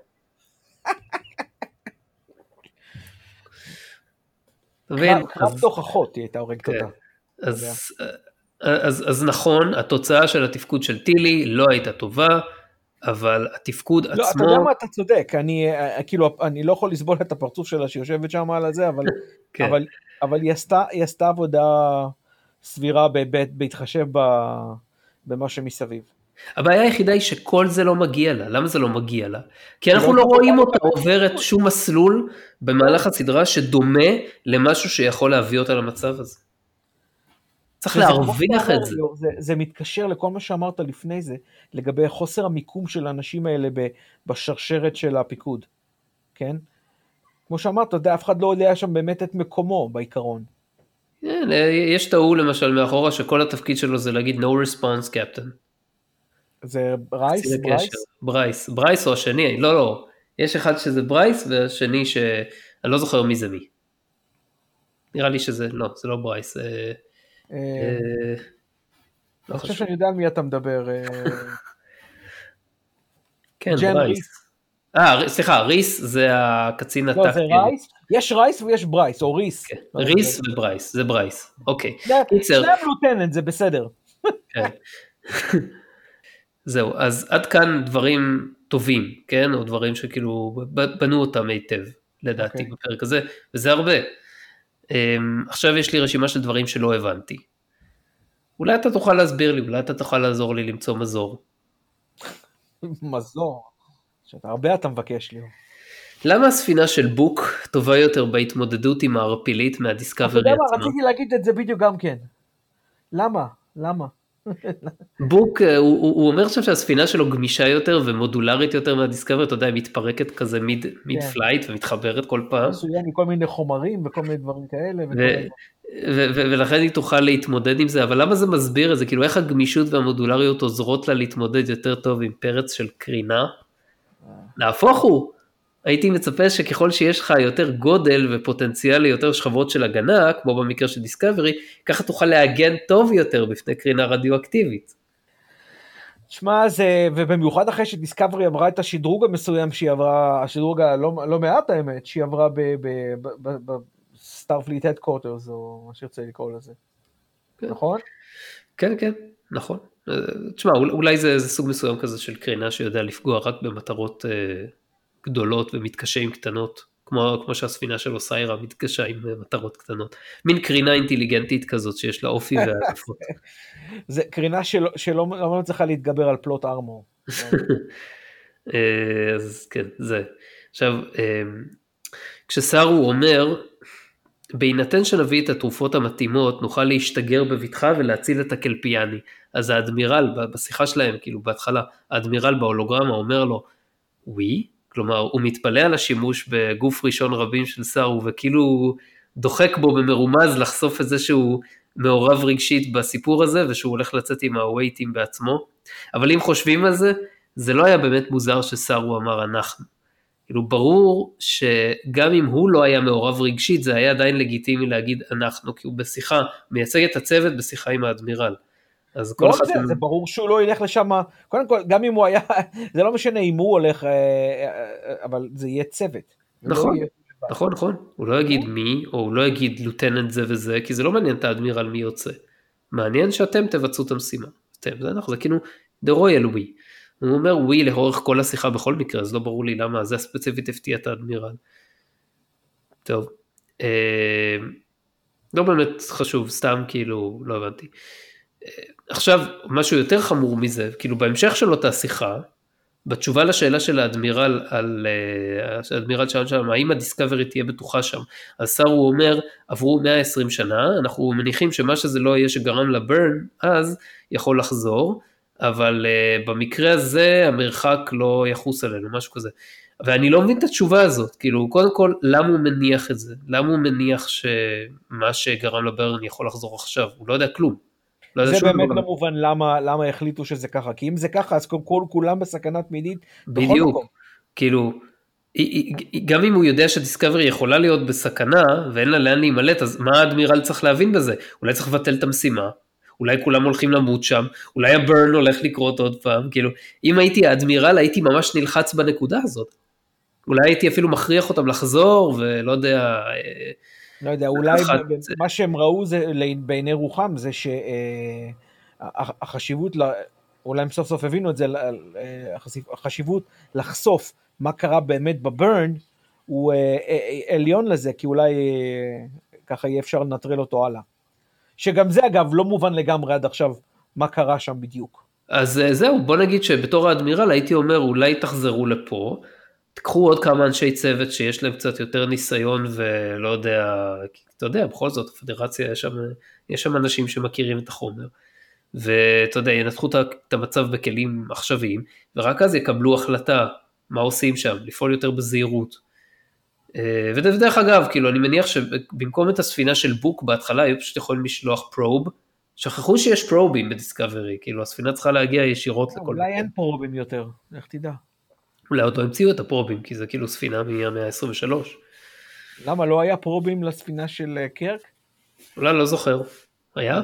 S2: קרב תוכחות היא הייתה הורגת אותה.
S1: אז, אז, אז נכון, התוצאה של התפקוד של טילי לא הייתה טובה, אבל התפקוד
S2: לא,
S1: עצמו...
S2: אתה יודע מה, אתה צודק, אני, כאילו, אני לא יכול לסבול את הפרצוף שלה שיושבת שם על הזה, אבל,
S1: כן.
S2: אבל, אבל היא עשתה, היא עשתה עבודה סבירה בבית, בהתחשב במה שמסביב.
S1: הבעיה היחידה היא שכל זה לא מגיע לה. למה זה לא מגיע לה? כי אנחנו לא רואים אותה עוברת שום מסלול במהלך הסדרה שדומה למשהו שיכול להביא אותה למצב הזה. צריך להרוויח את זה.
S2: זה. זה מתקשר לכל מה שאמרת לפני זה, לגבי חוסר המיקום של האנשים האלה בשרשרת של הפיקוד. כן? כמו שאמרת, אף אחד לא יודע שם באמת את מקומו בעיקרון.
S1: כן, יש טעו למשל מאחורה שכל התפקיד שלו זה להגיד no response captain.
S2: זה ברייס? ברייס?
S1: ברייס, ברייס או השני, לא לא, יש אחד שזה ברייס והשני שאני לא זוכר מי זה מי. נראה לי שזה, לא, זה לא ברייס.
S2: אני חושב שאני יודע על מי אתה מדבר.
S1: כן, ברייס. אה, סליחה, ריס זה הקצין הטקטי.
S2: לא, זה רייס, יש רייס ויש ברייס, או ריס.
S1: ריס וברייס, זה ברייס, אוקיי.
S2: שניהם לוטננט, זה בסדר. כן.
S1: זהו, אז עד כאן דברים טובים, כן? או דברים שכאילו בנו אותם היטב, לדעתי, okay. בפרק הזה, וזה הרבה. Um, עכשיו יש לי רשימה של דברים שלא הבנתי. אולי אתה תוכל להסביר לי, אולי אתה תוכל לעזור לי למצוא מזור.
S2: מזור? שאתה הרבה אתה מבקש לי.
S1: למה הספינה של בוק טובה יותר בהתמודדות עם הערפילית מהדיסקאברי עצמה?
S2: אתה יודע מה, רציתי להגיד את זה בדיוק גם כן. למה? למה?
S1: בוק, הוא, הוא, הוא אומר שם שהספינה שלו גמישה יותר ומודולרית יותר מהדיסקאברי, אתה יודע, היא מתפרקת כזה מיד, מיד כן. פלייט ומתחברת כל פעם.
S2: מסוים מכל מיני חומרים וכל מיני דברים כאלה.
S1: ו- ו- ו- ולכן היא תוכל להתמודד עם זה, אבל למה זה מסביר את זה? כאילו איך הגמישות והמודולריות עוזרות לה להתמודד יותר טוב עם פרץ של קרינה? להפוך הוא. הייתי מצפה שככל שיש לך יותר גודל ופוטנציאל ליותר שכבות של הגנה, כמו במקרה של דיסקאברי, ככה תוכל להגן טוב יותר בפני קרינה רדיואקטיבית.
S2: תשמע, זה, ובמיוחד אחרי שדיסקאברי עברה את השדרוג המסוים שהיא עברה, השדרוג הלא לא מעט האמת, שהיא עברה בסטארפליט הדקוורטרס, או מה שירצה לקרוא לזה. כן. נכון?
S1: כן, כן, נכון. תשמע, אולי זה, זה סוג מסוים כזה של קרינה שיודע לפגוע רק במטרות גדולות ומתקשה עם קטנות, כמו, כמו שהספינה של אוסיירה מתקשה עם מטרות קטנות. מין קרינה אינטליגנטית כזאת שיש לה אופי והעדפות.
S2: זה קרינה שלא, שלא לא צריכה להתגבר על פלוט ארמור.
S1: אז כן, זה. עכשיו, כשסארו אומר, בהינתן שנביא את התרופות המתאימות, נוכל להשתגר בבטחה ולהציל את הקלפיאני. אז האדמירל, בשיחה שלהם, כאילו בהתחלה, האדמירל בהולוגרמה אומר לו, ווי? כלומר, הוא מתפלא על השימוש בגוף ראשון רבים של סארו, וכאילו דוחק בו במרומז לחשוף את זה שהוא מעורב רגשית בסיפור הזה, ושהוא הולך לצאת עם הווייטים בעצמו. אבל אם חושבים על זה, זה לא היה באמת מוזר שסארו אמר אנחנו. כאילו ברור שגם אם הוא לא היה מעורב רגשית, זה היה עדיין לגיטימי להגיד אנחנו, כי הוא בשיחה, מייצג את הצוות בשיחה עם האדמירל. אז כל
S2: לא
S1: אחד...
S2: זה, זה ברור שהוא לא ילך לשם, קודם כל, גם אם הוא היה, זה לא משנה אם הוא הולך, אבל זה יהיה צוות.
S1: נכון, לא יהיה... נכון, נכון. הוא לא יגיד מי, או הוא לא יגיד לוטננט זה וזה, כי זה לא מעניין את האדמירל מי יוצא. מעניין שאתם תבצעו את המשימה. אתם, זה אנחנו, זה כאילו, the royal we. הוא אומר ווי לאורך כל השיחה בכל מקרה, אז לא ברור לי למה, זה הספציפית הפתיע את האדמירל. טוב. אה, לא באמת חשוב, סתם כאילו, לא הבנתי. עכשיו, משהו יותר חמור מזה, כאילו בהמשך של אותה שיחה, בתשובה לשאלה של האדמירל, על, uh, האדמירל שאל שם, האם הדיסקאברי תהיה בטוחה שם, אז שר הוא אומר, עברו מאה ועשרים שנה, אנחנו מניחים שמה שזה לא יהיה שגרם לברן, אז יכול לחזור, אבל uh, במקרה הזה המרחק לא יחוס עלינו, משהו כזה. ואני לא מבין את התשובה הזאת, כאילו, קודם כל, למה הוא מניח את זה? למה הוא מניח שמה שגרם לברן יכול לחזור עכשיו? הוא לא יודע כלום. לא יודע
S2: זה
S1: שום
S2: באמת
S1: דבר.
S2: לא מובן למה, למה החליטו שזה ככה, כי אם זה ככה, אז כל, כל, כולם בסכנה תמידית בכל
S1: בדיוק,
S2: מקום.
S1: כאילו, גם אם הוא יודע שדיסקאברי יכולה להיות בסכנה, ואין לה לאן להימלט, אז מה האדמירל צריך להבין בזה? אולי צריך לבטל את המשימה, אולי כולם הולכים למות שם, אולי הברן הולך לקרות עוד פעם, כאילו, אם הייתי האדמירל, הייתי ממש נלחץ בנקודה הזאת. אולי הייתי אפילו מכריח אותם לחזור, ולא יודע...
S2: לא יודע, אולי
S1: אחת...
S2: מה שהם ראו זה, בעיני רוחם, זה שהחשיבות, אולי הם סוף סוף הבינו את זה, החשיבות לחשוף מה קרה באמת בברן, הוא עליון לזה, כי אולי ככה יהיה אפשר לנטרל אותו הלאה. שגם זה אגב לא מובן לגמרי עד עכשיו, מה קרה שם בדיוק.
S1: אז זהו, בוא נגיד שבתור האדמירל הייתי אומר, אולי תחזרו לפה, תקחו עוד כמה אנשי צוות שיש להם קצת יותר ניסיון ולא יודע, אתה יודע, בכל זאת, הפדרציה, יש שם, יש שם אנשים שמכירים את החומר, ואתה יודע, ינתחו את המצב בכלים עכשוויים, ורק אז יקבלו החלטה מה עושים שם, לפעול יותר בזהירות. ודרך אגב, כאילו, אני מניח שבמקום את הספינה של בוק בהתחלה, היו פשוט יכולים לשלוח פרוב, שכחו שיש פרובים בדיסקאברי, כאילו, הספינה צריכה להגיע ישירות לכל מקום.
S2: אולי אין פרובים יותר, איך תדע.
S1: אולי עוד לא המציאו את הפרובים, כי זה כאילו ספינה מהמאה ה-עשרים ושלוש.
S2: למה, לא היה פרובים לספינה של קרק?
S1: אולי לא זוכר. היה?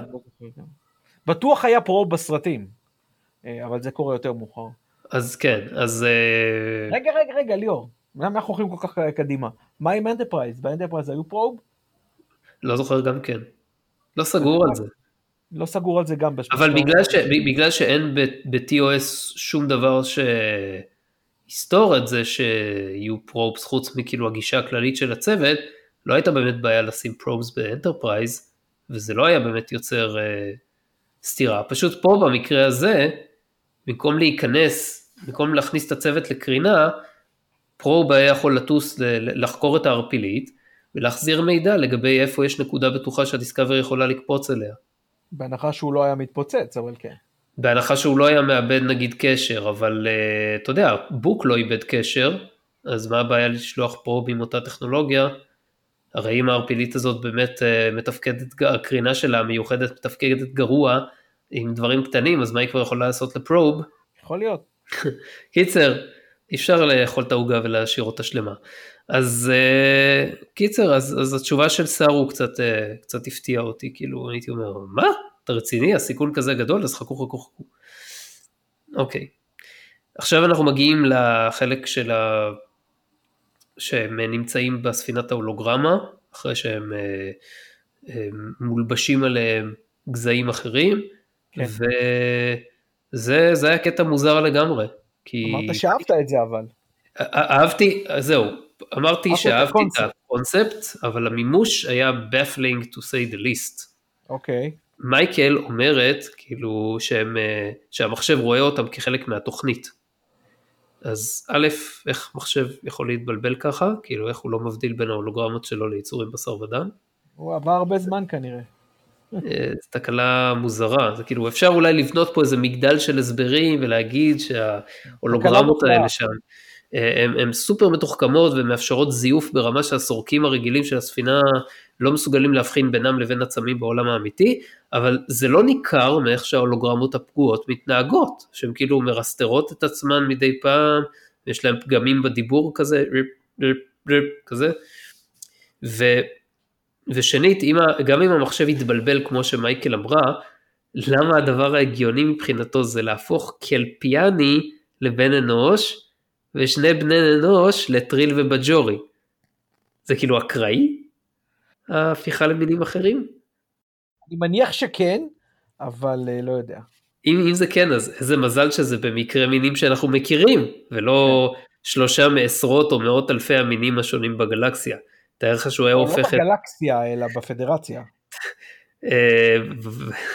S2: בטוח היה פרוב בסרטים, אבל זה קורה יותר מאוחר.
S1: אז כן, אז...
S2: רגע, רגע, רגע, ליאור. למה אנחנו הולכים כל כך קדימה? מה עם אנטרפרייז? באנטרפרייז היו פרוב?
S1: לא זוכר גם כן. לא סגור על זה.
S2: לא סגור על זה גם.
S1: אבל בגלל שאין ב-טי או אס שום דבר ש... היסטור את זה שיהיו פרובס חוץ מכאילו הגישה הכללית של הצוות, לא הייתה באמת בעיה לשים פרובס באנטרפרייז, וזה לא היה באמת יוצר אה, סתירה. פשוט פה במקרה הזה, במקום להיכנס, במקום להכניס את הצוות לקרינה, פרוב היה יכול לטוס לחקור את הערפילית, ולהחזיר מידע לגבי איפה יש נקודה בטוחה שהדיסקאברי יכולה לקפוץ אליה.
S2: בהנחה שהוא לא היה מתפוצץ, אבל כן.
S1: בהנחה שהוא לא היה מאבד נגיד קשר, אבל uh, אתה יודע, בוק לא איבד קשר, אז מה הבעיה לשלוח פרוב עם אותה טכנולוגיה? הרי אם הערפילית הזאת באמת uh, מתפקדת, הקרינה שלה המיוחדת מתפקדת גרוע, עם דברים קטנים, אז מה היא כבר יכולה לעשות לפרוב?
S2: יכול להיות.
S1: קיצר, אי אפשר לאכול את העוגה ולהשאיר אותה שלמה. אז uh, קיצר, אז, אז התשובה של סארו קצת, uh, קצת הפתיעה אותי, כאילו הייתי אומר, מה? אתה רציני? הסיכון כזה גדול? אז חכו חכו חכו. אוקיי. עכשיו אנחנו מגיעים לחלק של ה... שהם נמצאים בספינת ההולוגרמה, אחרי שהם מולבשים עליהם גזעים אחרים, כן. וזה זה היה קטע מוזר לגמרי. כי...
S2: אמרת שאהבת את זה אבל.
S1: אהבתי, זהו, אמרתי שאהבתי את הקונספט, אבל המימוש היה baffling to say the least.
S2: אוקיי.
S1: מייקל אומרת, כאילו, שהם, שהמחשב רואה אותם כחלק מהתוכנית. אז א', איך מחשב יכול להתבלבל ככה? כאילו, איך הוא לא מבדיל בין ההולוגרמות שלו ליצורים בשר ודם?
S2: הוא עבר הרבה זמן כנראה.
S1: זו תקלה מוזרה. זה כאילו, אפשר אולי לבנות פה איזה מגדל של הסברים, ולהגיד שההולוגרמות האלה שם, הן סופר מתוחכמות, ומאפשרות זיוף ברמה שהסורקים הרגילים של הספינה, לא מסוגלים להבחין בינם לבין עצמים בעולם האמיתי, אבל זה לא ניכר מאיך שההולוגרמות הפגועות מתנהגות, שהן כאילו מרסטרות את עצמן מדי פעם, ויש להם פגמים בדיבור כזה, ריפ, ריפ, ריפ, כזה, ו, ושנית, גם אם המחשב יתבלבל כמו שמייקל אמרה, למה הדבר ההגיוני מבחינתו זה להפוך קלפיאני לבן אנוש, ושני בני אנוש לטריל ובג'ורי. זה כאילו אקראי? ההפיכה למינים אחרים?
S2: אני מניח שכן, אבל לא יודע.
S1: אם, אם זה כן, אז איזה מזל שזה במקרה מינים שאנחנו מכירים, ולא כן. שלושה מעשרות או מאות אלפי המינים השונים בגלקסיה. תאר לך שהוא היה הופך...
S2: לא בגלקסיה, אלא בפדרציה.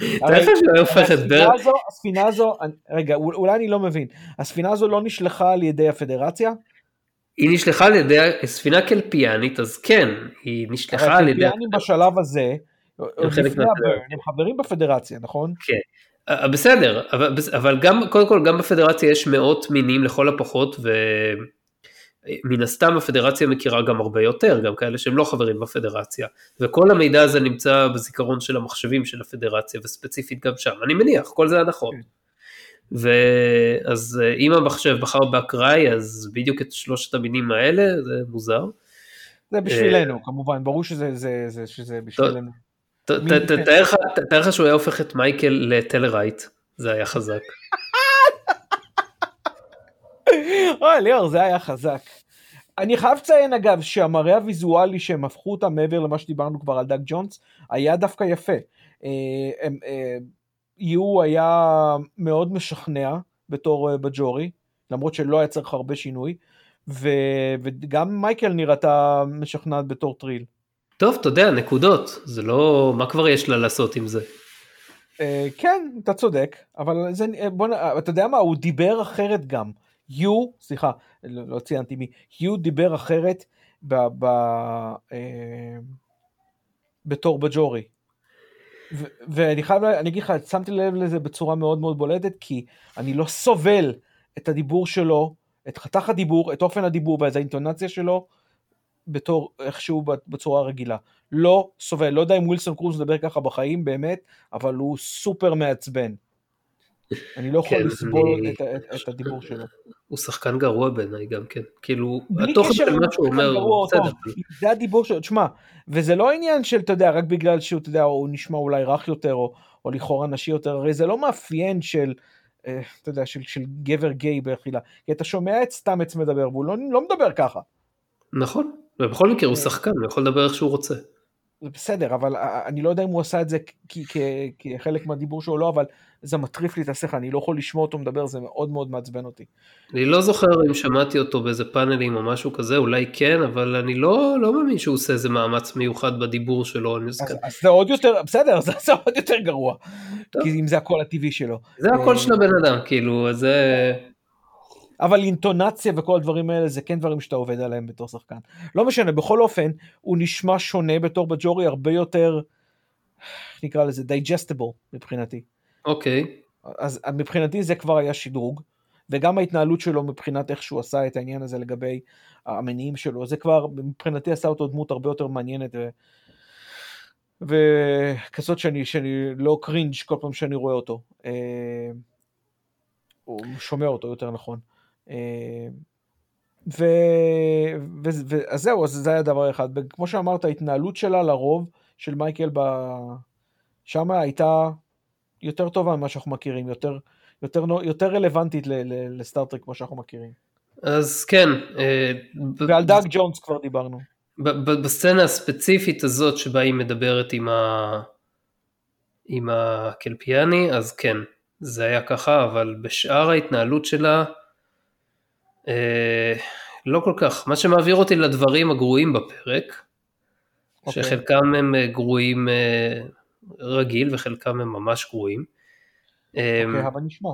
S1: אתה איפה שהוא הופך את ברנם?
S2: הספינה הזו, רגע, אולי אני לא מבין, הספינה הזו לא נשלחה על ידי הפדרציה?
S1: היא נשלחה על ידי ספינה קלפיאנית, אז כן, היא נשלחה על ידי...
S2: הקלפיאנים בשלב הזה, הם חברים בפדרציה, נכון?
S1: כן, בסדר, אבל גם, קודם כל, גם בפדרציה יש מאות מינים לכל הפחות, ומן הסתם הפדרציה מכירה גם הרבה יותר, גם כאלה שהם לא חברים בפדרציה, וכל המידע הזה נמצא בזיכרון של המחשבים של הפדרציה, וספציפית גם שם, אני מניח, כל זה הנכון. ואז אם המחשב בחר באקראי, אז בדיוק את שלושת המינים האלה, זה מוזר.
S2: זה בשבילנו, כמובן, ברור שזה בשבילנו.
S1: תאר לך שהוא היה הופך את מייקל לטלרייט, זה היה חזק.
S2: אוי, ליאור, זה היה חזק. אני חייב לציין, אגב, שהמראה הוויזואלי שהם הפכו אותם מעבר למה שדיברנו כבר על דאג ג'ונס, היה דווקא יפה. יו היה מאוד משכנע בתור בג'ורי, למרות שלא היה צריך הרבה שינוי, וגם מייקל נראתה משכנעת בתור טריל.
S1: טוב, אתה יודע, נקודות, זה לא, מה כבר יש לה לעשות עם זה?
S2: כן, אתה צודק, אבל זה, בוא, אתה יודע מה, הוא דיבר אחרת גם. יו, סליחה, לא, לא ציינתי מי, יו דיבר אחרת ב, ב, אה, בתור בג'ורי. ו, ואני חייב, אני אגיד לך, שמתי לב לזה בצורה מאוד מאוד בולטת, כי אני לא סובל את הדיבור שלו, את חתך הדיבור, את אופן הדיבור ואת האינטונציה שלו, בתור איכשהו בצורה רגילה. לא סובל, לא יודע אם ווילסון קרוז מדבר ככה בחיים באמת, אבל הוא סופר מעצבן. אני לא יכול לסבול את הדיבור שלו.
S1: הוא שחקן גרוע בעיניי גם כן. כאילו, התוכן של מה שהוא אומר,
S2: זה הדיבור שלו, תשמע, וזה לא עניין של, אתה יודע, רק בגלל שהוא, אתה יודע, הוא נשמע אולי רך יותר, או לכאורה נשי יותר, הרי זה לא מאפיין של, אתה יודע, של גבר גיי באכילה. כי אתה שומע את סטאמץ מדבר, והוא לא מדבר ככה.
S1: נכון, ובכל מקרה הוא שחקן, הוא יכול לדבר איך שהוא רוצה.
S2: זה בסדר, אבל אני לא יודע אם הוא עשה את זה כחלק מהדיבור שלו, לא, אבל זה מטריף לי את השכל, אני לא יכול לשמוע אותו מדבר, זה מאוד מאוד מעצבן אותי.
S1: אני לא זוכר אם שמעתי אותו באיזה פאנלים או משהו כזה, אולי כן, אבל אני לא, לא מאמין שהוא עושה איזה מאמץ מיוחד בדיבור שלו.
S2: אז, אז זה עוד יותר, בסדר, זה, זה עוד יותר גרוע, טוב. כי אם זה הקול הטבעי שלו.
S1: זה הקול של הבן אדם, כאילו, זה...
S2: אבל אינטונציה וכל הדברים האלה, זה כן דברים שאתה עובד עליהם בתור שחקן. לא משנה, בכל אופן, הוא נשמע שונה בתור בג'ורי, הרבה יותר, נקרא לזה, digestible מבחינתי.
S1: אוקיי.
S2: אז מבחינתי זה כבר היה שדרוג, וגם ההתנהלות שלו מבחינת איך שהוא עשה את העניין הזה לגבי המניעים שלו, זה כבר מבחינתי עשה אותו דמות הרבה יותר מעניינת, ו... וכזאת שאני, שאני לא קרינג' כל פעם שאני רואה אותו. הוא שומע אותו יותר נכון. ו... ו... ו... אז זהו, אז זה היה דבר אחד. כמו שאמרת, ההתנהלות שלה לרוב של מייקל ב... שמה הייתה יותר טובה ממה שאנחנו מכירים, יותר, יותר, יותר רלוונטית ל... ל... לסטארטרק כמו שאנחנו מכירים.
S1: אז כן.
S2: ועל דאג ג'ונס כבר דיברנו.
S1: בסצנה הספציפית הזאת שבה היא מדברת עם ה... עם הקלפיאני, אז כן. זה היה ככה, אבל בשאר ההתנהלות שלה, אה, לא כל כך. מה שמעביר אותי לדברים הגרועים בפרק, okay. שחלקם הם גרועים אה, רגיל, וחלקם הם ממש גרועים.
S2: אוקיי, okay, אבל נשמע.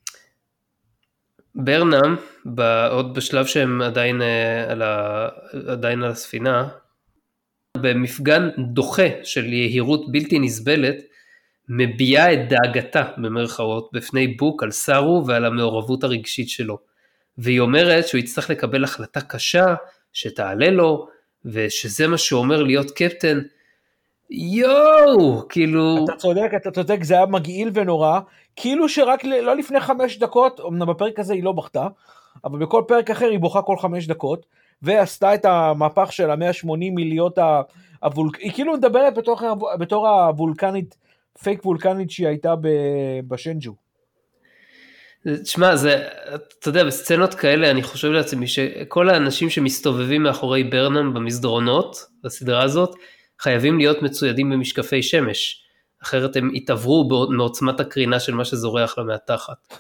S1: ברנם, עוד בשלב שהם עדיין, אה, על, ה, עדיין על הספינה, במפגן דוחה של יהירות בלתי נסבלת, מביעה את דאגתה במרכאות בפני בוק על סארו ועל המעורבות הרגשית שלו, והיא אומרת שהוא יצטרך לקבל החלטה קשה שתעלה לו, ושזה מה שאומר להיות קפטן. יואו, כאילו...
S2: אתה צודק, אתה צודק, זה היה מגעיל ונורא, כאילו שרק לא לפני חמש דקות, אמנם בפרק הזה היא לא בכתה, אבל בכל פרק אחר היא בוכה כל חמש דקות, ועשתה את המהפך של ה-מאה ושמונים מיליות הוולקנית, היא כאילו מדברת בתור, בתור הוולקנית, פייק וולקנית שהיא הייתה בשנג'ו.
S1: תשמע, זה, אתה יודע, בסצנות כאלה אני חושב לעצמי שכל האנשים שמסתובבים מאחורי ברנם במסדרונות, בסדרה הזאת, חייבים להיות מצוידים במשקפי שמש, אחרת הם יתעברו מעוצמת הקרינה של מה שזורח לה מהתחת.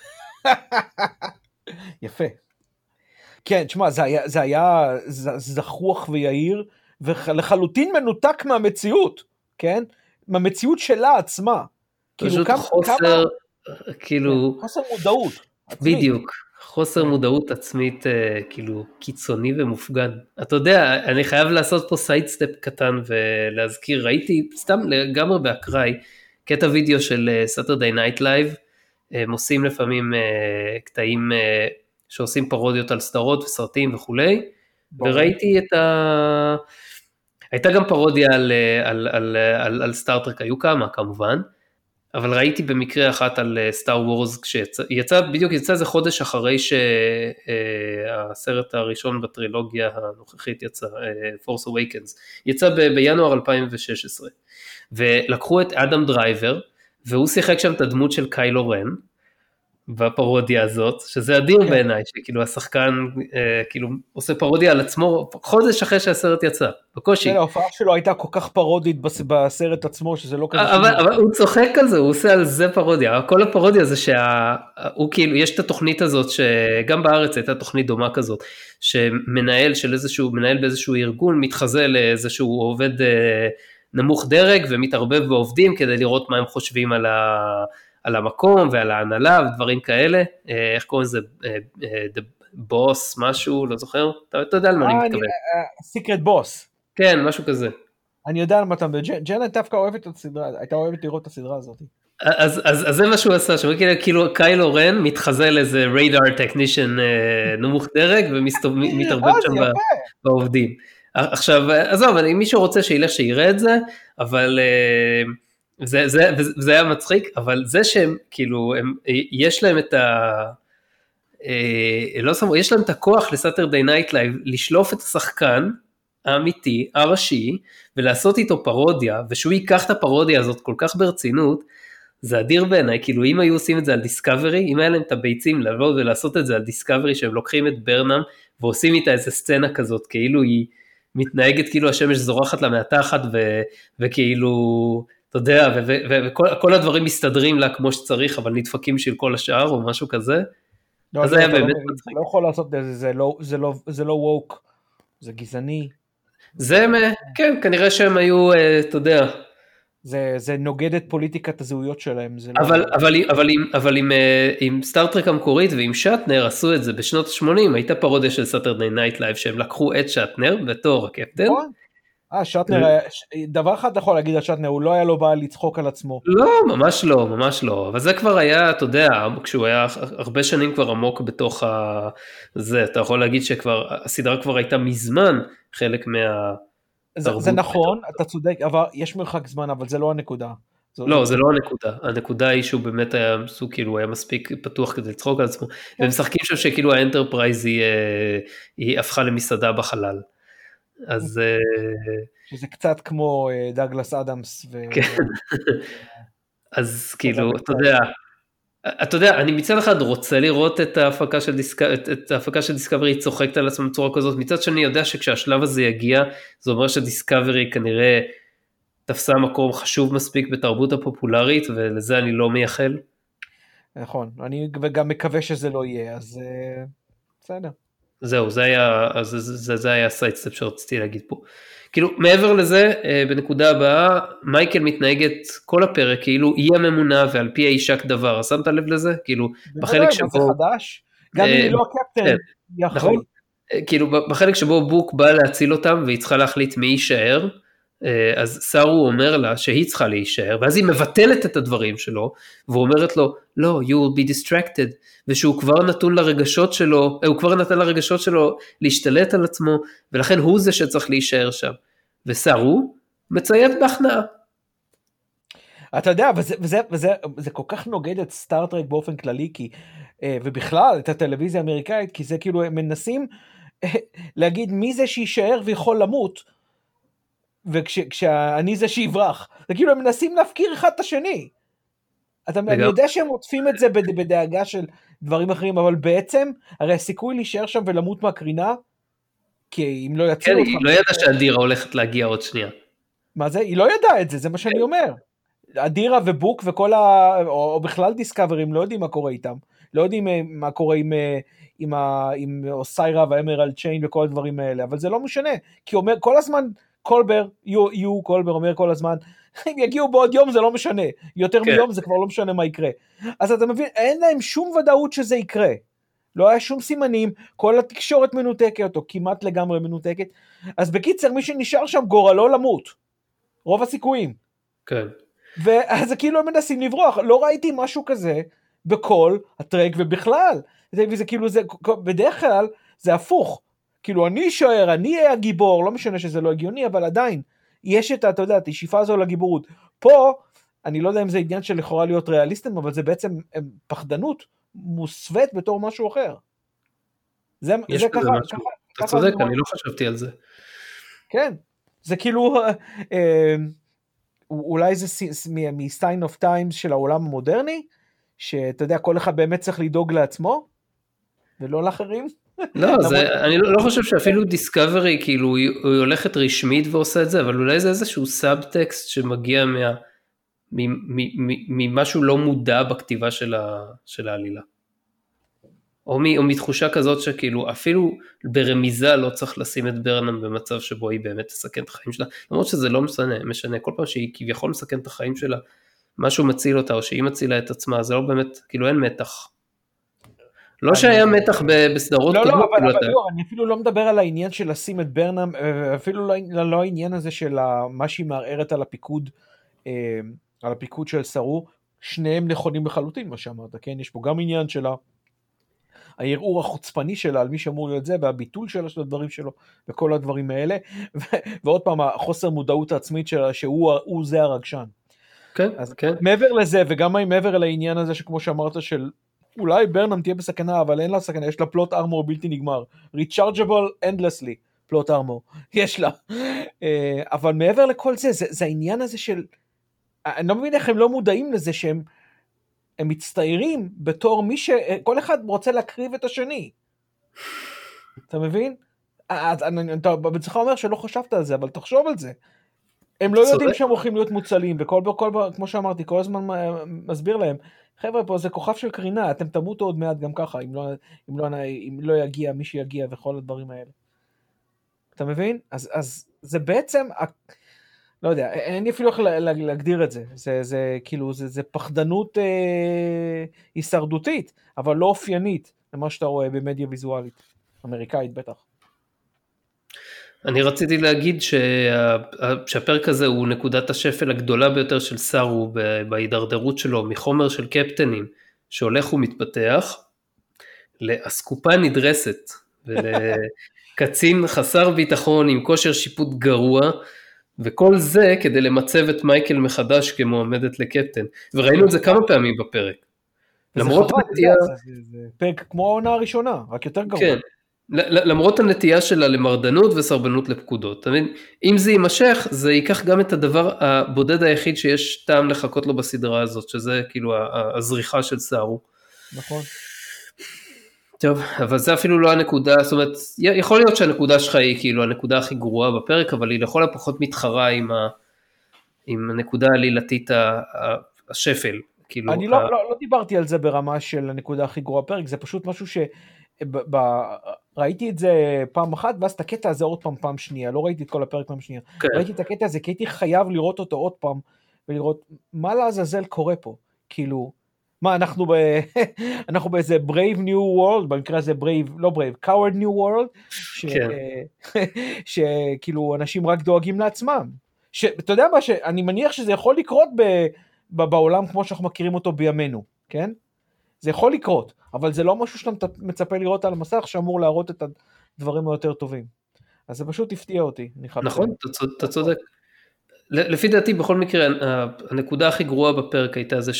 S2: יפה. כן, תשמע, זה היה, זה היה זחוח ויעיר, ולחלוטין מנותק מהמציאות, כן? מהמציאות שלה עצמה.
S1: פשוט חוסר, כאילו...
S2: חוסר מודעות.
S1: בדיוק, חוסר מודעות עצמית כאילו קיצוני ומופגן. אתה יודע, אני חייב לעשות פה סיידסטפ קטן ולהזכיר, ראיתי סתם לגמרי באקראי, קטע וידאו של Saturday Night Live, הם עושים לפעמים קטעים שעושים פרודיות על סדרות וסרטים וכולי, וראיתי את ה... הייתה גם פרודיה על, על, על, על, על סטארטרק, היו כמה כמובן, אבל ראיתי במקרה אחת על סטאר וורז, כשיצא, בדיוק יצא זה חודש אחרי שהסרט הראשון בטרילוגיה הנוכחית יצא, Force Awakens, יצא ב- בינואר אלפיים ושש עשרה, ולקחו את אדם דרייבר, והוא שיחק שם את הדמות של קיילו רן, בפרודיה הזאת, שזה אדיר כן. בעיניי, שכאילו השחקן אה, כאילו עושה פרודיה על עצמו, חודש אחרי שהסרט יצא, בקושי.
S2: כן, ההופעה שלו הייתה כל כך פרודית בסרט עצמו, שזה לא כזה...
S1: אבל, אבל הוא צוחק על זה, הוא עושה על זה פרודיה, כל הפרודיה זה שהוא כאילו, יש את התוכנית הזאת, שגם בארץ הייתה תוכנית דומה כזאת, שמנהל של איזשהו, מנהל באיזשהו ארגון, מתחזה לאיזשהו עובד אה, נמוך דרג, ומתערבב בעובדים, כדי לראות מה הם חושבים על ה... על המקום ועל ההנהלה ודברים כאלה, איך קוראים לזה, the boss משהו, לא זוכר? אתה, אתה יודע על מה אני מתכוון.
S2: secret boss.
S1: כן, משהו כזה.
S2: אני יודע על מה אתה מדבר, ג'נה דווקא אוהבת את הסדרה, הייתה אוהבת לראות את הסדרה הזאת.
S1: אז, אז, אז זה מה שהוא עשה, שהוא כאילו קיילו רן מתחזה לאיזה ריידר טכנישן נמוך דרג, ומתערבב שם בעובדים. עכשיו, עזוב, אם מישהו רוצה שילך שיראה את זה, אבל... זה, זה, זה היה מצחיק, אבל זה שהם, כאילו, הם, יש להם את ה... לא סמו, יש להם את הכוח לסאטרדיי נייט לייב, לשלוף את השחקן האמיתי, הראשי, ולעשות איתו פרודיה, ושהוא ייקח את הפרודיה הזאת כל כך ברצינות, זה אדיר בעיניי, כאילו, אם היו עושים את זה על דיסקאברי, אם היה להם את הביצים לבוא ולעשות את זה על דיסקאברי, שהם לוקחים את ברנם, ועושים איתה איזה סצנה כזאת, כאילו היא מתנהגת, כאילו השמש זורחת לה מהתחת, ו, וכאילו... אתה יודע, וכל הדברים מסתדרים לה כמו שצריך, אבל נדפקים של כל השאר או משהו כזה. אז זה היה באמת מצחיק.
S2: לא יכול לעשות את זה, זה לא ווק, זה גזעני.
S1: זה, כן, כנראה שהם היו, אתה יודע.
S2: זה נוגד את פוליטיקת הזהויות שלהם.
S1: אבל עם סטארטרק המקורית ועם שטנר עשו את זה בשנות ה-שמונים, הייתה פרודיה של Saturday Night Live, שהם לקחו את שטנר בתור הקפטן.
S2: אה, שטנר, דבר אחד אתה יכול להגיד על שטנר, הוא לא היה לו בא לצחוק על עצמו.
S1: לא, ממש לא, ממש לא, אבל זה כבר היה, אתה יודע, כשהוא היה הרבה שנים כבר עמוק בתוך זה, אתה יכול להגיד שכבר, הסדרה כבר הייתה מזמן חלק מהתרבות.
S2: זה נכון, אתה צודק, אבל יש מרחק זמן, אבל זה לא הנקודה.
S1: לא, זה לא הנקודה, הנקודה היא שהוא באמת היה, הוא כאילו היה מספיק פתוח כדי לצחוק על עצמו, והם משחקים שם שכאילו האנטרפרייז היא הפכה למסעדה בחלל. אז...
S2: שזה קצת כמו דאגלס אדמס.
S1: כן. אז כאילו, אתה יודע, אתה יודע, אני מצד אחד רוצה לראות את ההפקה של דיסקאברי, את ההפקה של דיסקאברי היא צוחקת על עצמה בצורה כזאת, מצד שני יודע שכשהשלב הזה יגיע, זה אומר שדיסקאברי כנראה תפסה מקום חשוב מספיק בתרבות הפופולרית, ולזה אני לא מייחל.
S2: נכון, אני גם מקווה שזה לא יהיה, אז בסדר.
S1: זהו, זה היה, זה, זה, זה היה הסיידסטפ שרציתי להגיד פה. כאילו, מעבר לזה, בנקודה הבאה, מייקל מתנהגת כל הפרק, כאילו, היא הממונה ועל פי האישה כדבר, שמת לב לזה? כאילו, בחלק שבו...
S2: זה חדש, גם אם היא לא הקפטן, היא אחראית.
S1: כאילו, בחלק שבו בוק בא להציל אותם, והיא צריכה להחליט מי יישאר, אז סארו אומר לה שהיא צריכה להישאר, ואז היא מבטלת את הדברים שלו, והוא אומרת לו, לא, you will be distracted, ושהוא כבר נתון לרגשות שלו, הוא כבר נתן לרגשות שלו להשתלט על עצמו, ולכן הוא זה שצריך להישאר שם. וסארו מציית בהכנעה.
S2: אתה יודע, וזה, וזה, וזה, וזה כל כך נוגד את סטארטרק באופן כללי, כי, ובכלל את הטלוויזיה האמריקאית, כי זה כאילו הם מנסים להגיד מי זה שישאר ויכול למות, וכשאני זה שיברח, זה כאילו הם מנסים להפקיר אחד את השני. אתה, אני יודע שהם עוטפים את זה בדאגה של דברים אחרים, אבל בעצם, הרי הסיכוי להישאר שם ולמות מהקרינה, כי אם לא יצאו אותך...
S1: כן, היא לא ידעה שאדירה הולכת להגיע עוד שנייה.
S2: מה זה? היא לא ידעה את זה, זה מה שאני אומר. אדירה ובוק וכל ה... או בכלל דיסקאברים, לא יודעים מה קורה איתם. לא יודעים מה קורה עם, עם אוסיירה והאמרלד צ'יין וכל הדברים האלה, אבל זה לא משנה, כי אומר, כל הזמן... קולבר, יו, יו, קולבר אומר כל הזמן, אם יגיעו בעוד יום זה לא משנה, יותר
S1: כן.
S2: מיום זה כבר לא משנה מה יקרה. אז אתה מבין, אין להם שום ודאות שזה יקרה. לא היה שום סימנים, כל התקשורת מנותקת, או כמעט לגמרי מנותקת. אז בקיצר, מי שנשאר שם גורלו למות. רוב הסיכויים.
S1: כן.
S2: ואז כאילו הם מנסים לברוח. לא ראיתי משהו כזה בכל הטרק ובכלל. זה, וזה כאילו, זה, בדרך כלל זה הפוך. כאילו אני אשאר, אני אהיה הגיבור, לא משנה שזה לא הגיוני, אבל עדיין, יש את, אתה יודע, את השאיפה הזו לגיבורות. פה, אני לא יודע אם זה עניין של לכאורה להיות ריאליסטים, אבל זה בעצם פחדנות מוסווית בתור משהו אחר. זה,
S1: יש
S2: זה
S1: בזה
S2: ככה,
S1: משהו.
S2: ככה,
S1: אתה
S2: ככה
S1: צודק,
S2: זה
S1: אני לא חשבתי על זה.
S2: כן, זה כאילו, אה, אולי זה מ-sign of times של העולם המודרני, שאתה יודע, כל אחד באמת צריך לדאוג לעצמו, ולא לאחרים.
S1: לא, זה, אני לא, לא חושב שאפילו דיסקאברי, כאילו, היא, היא הולכת רשמית ועושה את זה, אבל אולי זה איזשהו סאבטקסט שמגיע מה, מ, מ, מ, ממשהו לא מודע בכתיבה של, ה, של העלילה. או, מ, או מתחושה כזאת שכאילו, אפילו ברמיזה לא צריך לשים את ברנם במצב שבו היא באמת תסכן את החיים שלה, למרות שזה לא משנה, משנה, כל פעם שהיא כביכול מסכן את החיים שלה, משהו מציל אותה, או שהיא מצילה את עצמה, זה לא באמת, כאילו אין מתח. לא שהיה מתח בסדרות
S2: קודמות. לא, לא, אבל לא, אני אפילו לא מדבר על העניין של לשים את ברנם, אפילו לא העניין הזה של מה שהיא מערערת על הפיקוד, על הפיקוד של סרו, שניהם נכונים בחלוטין, מה שאמרת, כן? יש פה גם עניין שלה, הערעור החוצפני שלה על מי שאמור להיות זה, והביטול שלה של הדברים שלו, וכל הדברים האלה, ועוד פעם, החוסר מודעות העצמית שלה, שהוא זה הרגשן.
S1: כן,
S2: אז
S1: כן.
S2: מעבר לזה, וגם מעבר לעניין הזה, שכמו שאמרת, של אולי ברנם תהיה בסכנה, אבל אין לה סכנה, יש לה פלוט ארמור בלתי נגמר. Rechargeable endlessly, פלוט ארמור. יש לה. אבל מעבר לכל זה, זה, זה העניין הזה של, אני לא מבין איך הם לא מודעים לזה שהם, הם מצטיירים בתור מי ש... כל אחד רוצה להקריב את השני. אתה מבין? אז אתה בצלך אומר שלא חשבת על זה, אבל תחשוב על זה. הם לא יודעים שהם הולכים להיות מוצלים, וכל, כל, כמו שאמרתי, כל הזמן מסביר להם, חבר'ה, פה זה כוכב של קרינה, אתם תמותו עוד מעט גם ככה, אם לא, אם לא, אם לא יגיע, מי שיגיע, וכל הדברים האלה. אתה מבין? אז, אז זה בעצם, לא יודע, אין לי אפילו איך להגדיר את זה, זה, זה כאילו, זה, זה פחדנות אה, הישרדותית, אבל לא אופיינית, למה שאתה רואה במדיה ויזואלית, אמריקאית בטח.
S1: אני רציתי להגיד שה, שהפרק הזה הוא נקודת השפל הגדולה ביותר של סארו בהידרדרות שלו מחומר של קפטנים שהולך ומתפתח לאסקופה נדרסת ולקצין חסר ביטחון עם כושר שיפוט גרוע, וכל זה כדי למצב את מייקל מחדש כמועמדת לקפטן, וראינו את זה כמה פעמים בפרק.
S2: למרות הנטייה... זה פרק כמו העונה הראשונה, רק יותר גרוע.
S1: כן. למרות הנטייה שלה למרדנות וסרבנות לפקודות. אם זה יימשך, זה ייקח גם את הדבר הבודד היחיד שיש טעם לחכות לו בסדרה הזאת, שזה כאילו הזריחה של סארו.
S2: נכון.
S1: טוב, אבל זה אפילו לא הנקודה, זאת אומרת, יכול להיות שהנקודה שלך היא כאילו הנקודה הכי גרועה בפרק, אבל היא לכל הפחות מתחרה עם, ה, עם הנקודה העלילתית השפל. כאילו,
S2: אני ה... לא, לא, לא דיברתי על זה ברמה של הנקודה הכי גרועה בפרק, זה פשוט משהו ש... ב, ב, ראיתי את זה פעם אחת, ואז את הקטע הזה עוד פעם פעם שנייה, לא ראיתי את כל הפרק פעם שנייה, כן. ראיתי את הקטע הזה, כי הייתי חייב לראות אותו עוד פעם, ולראות מה לעזאזל קורה פה, כאילו, מה אנחנו ב... אנחנו באיזה brave new world, במקרה הזה brave, לא brave, coward new world, ש... כן. שכאילו אנשים רק דואגים לעצמם, שאתה יודע מה, שאני מניח שזה יכול לקרות ב... ב... בעולם כמו שאנחנו מכירים אותו בימינו, כן? זה יכול לקרות, אבל זה לא משהו שאתה מצפה לראות על המסך, שאמור להראות את הדברים היותר טובים. אז זה פשוט הפתיע אותי.
S1: נכון, אתה צודק. לפי דעתי, בכל מקרה, הנקודה הכי גרועה בפרק הייתה זה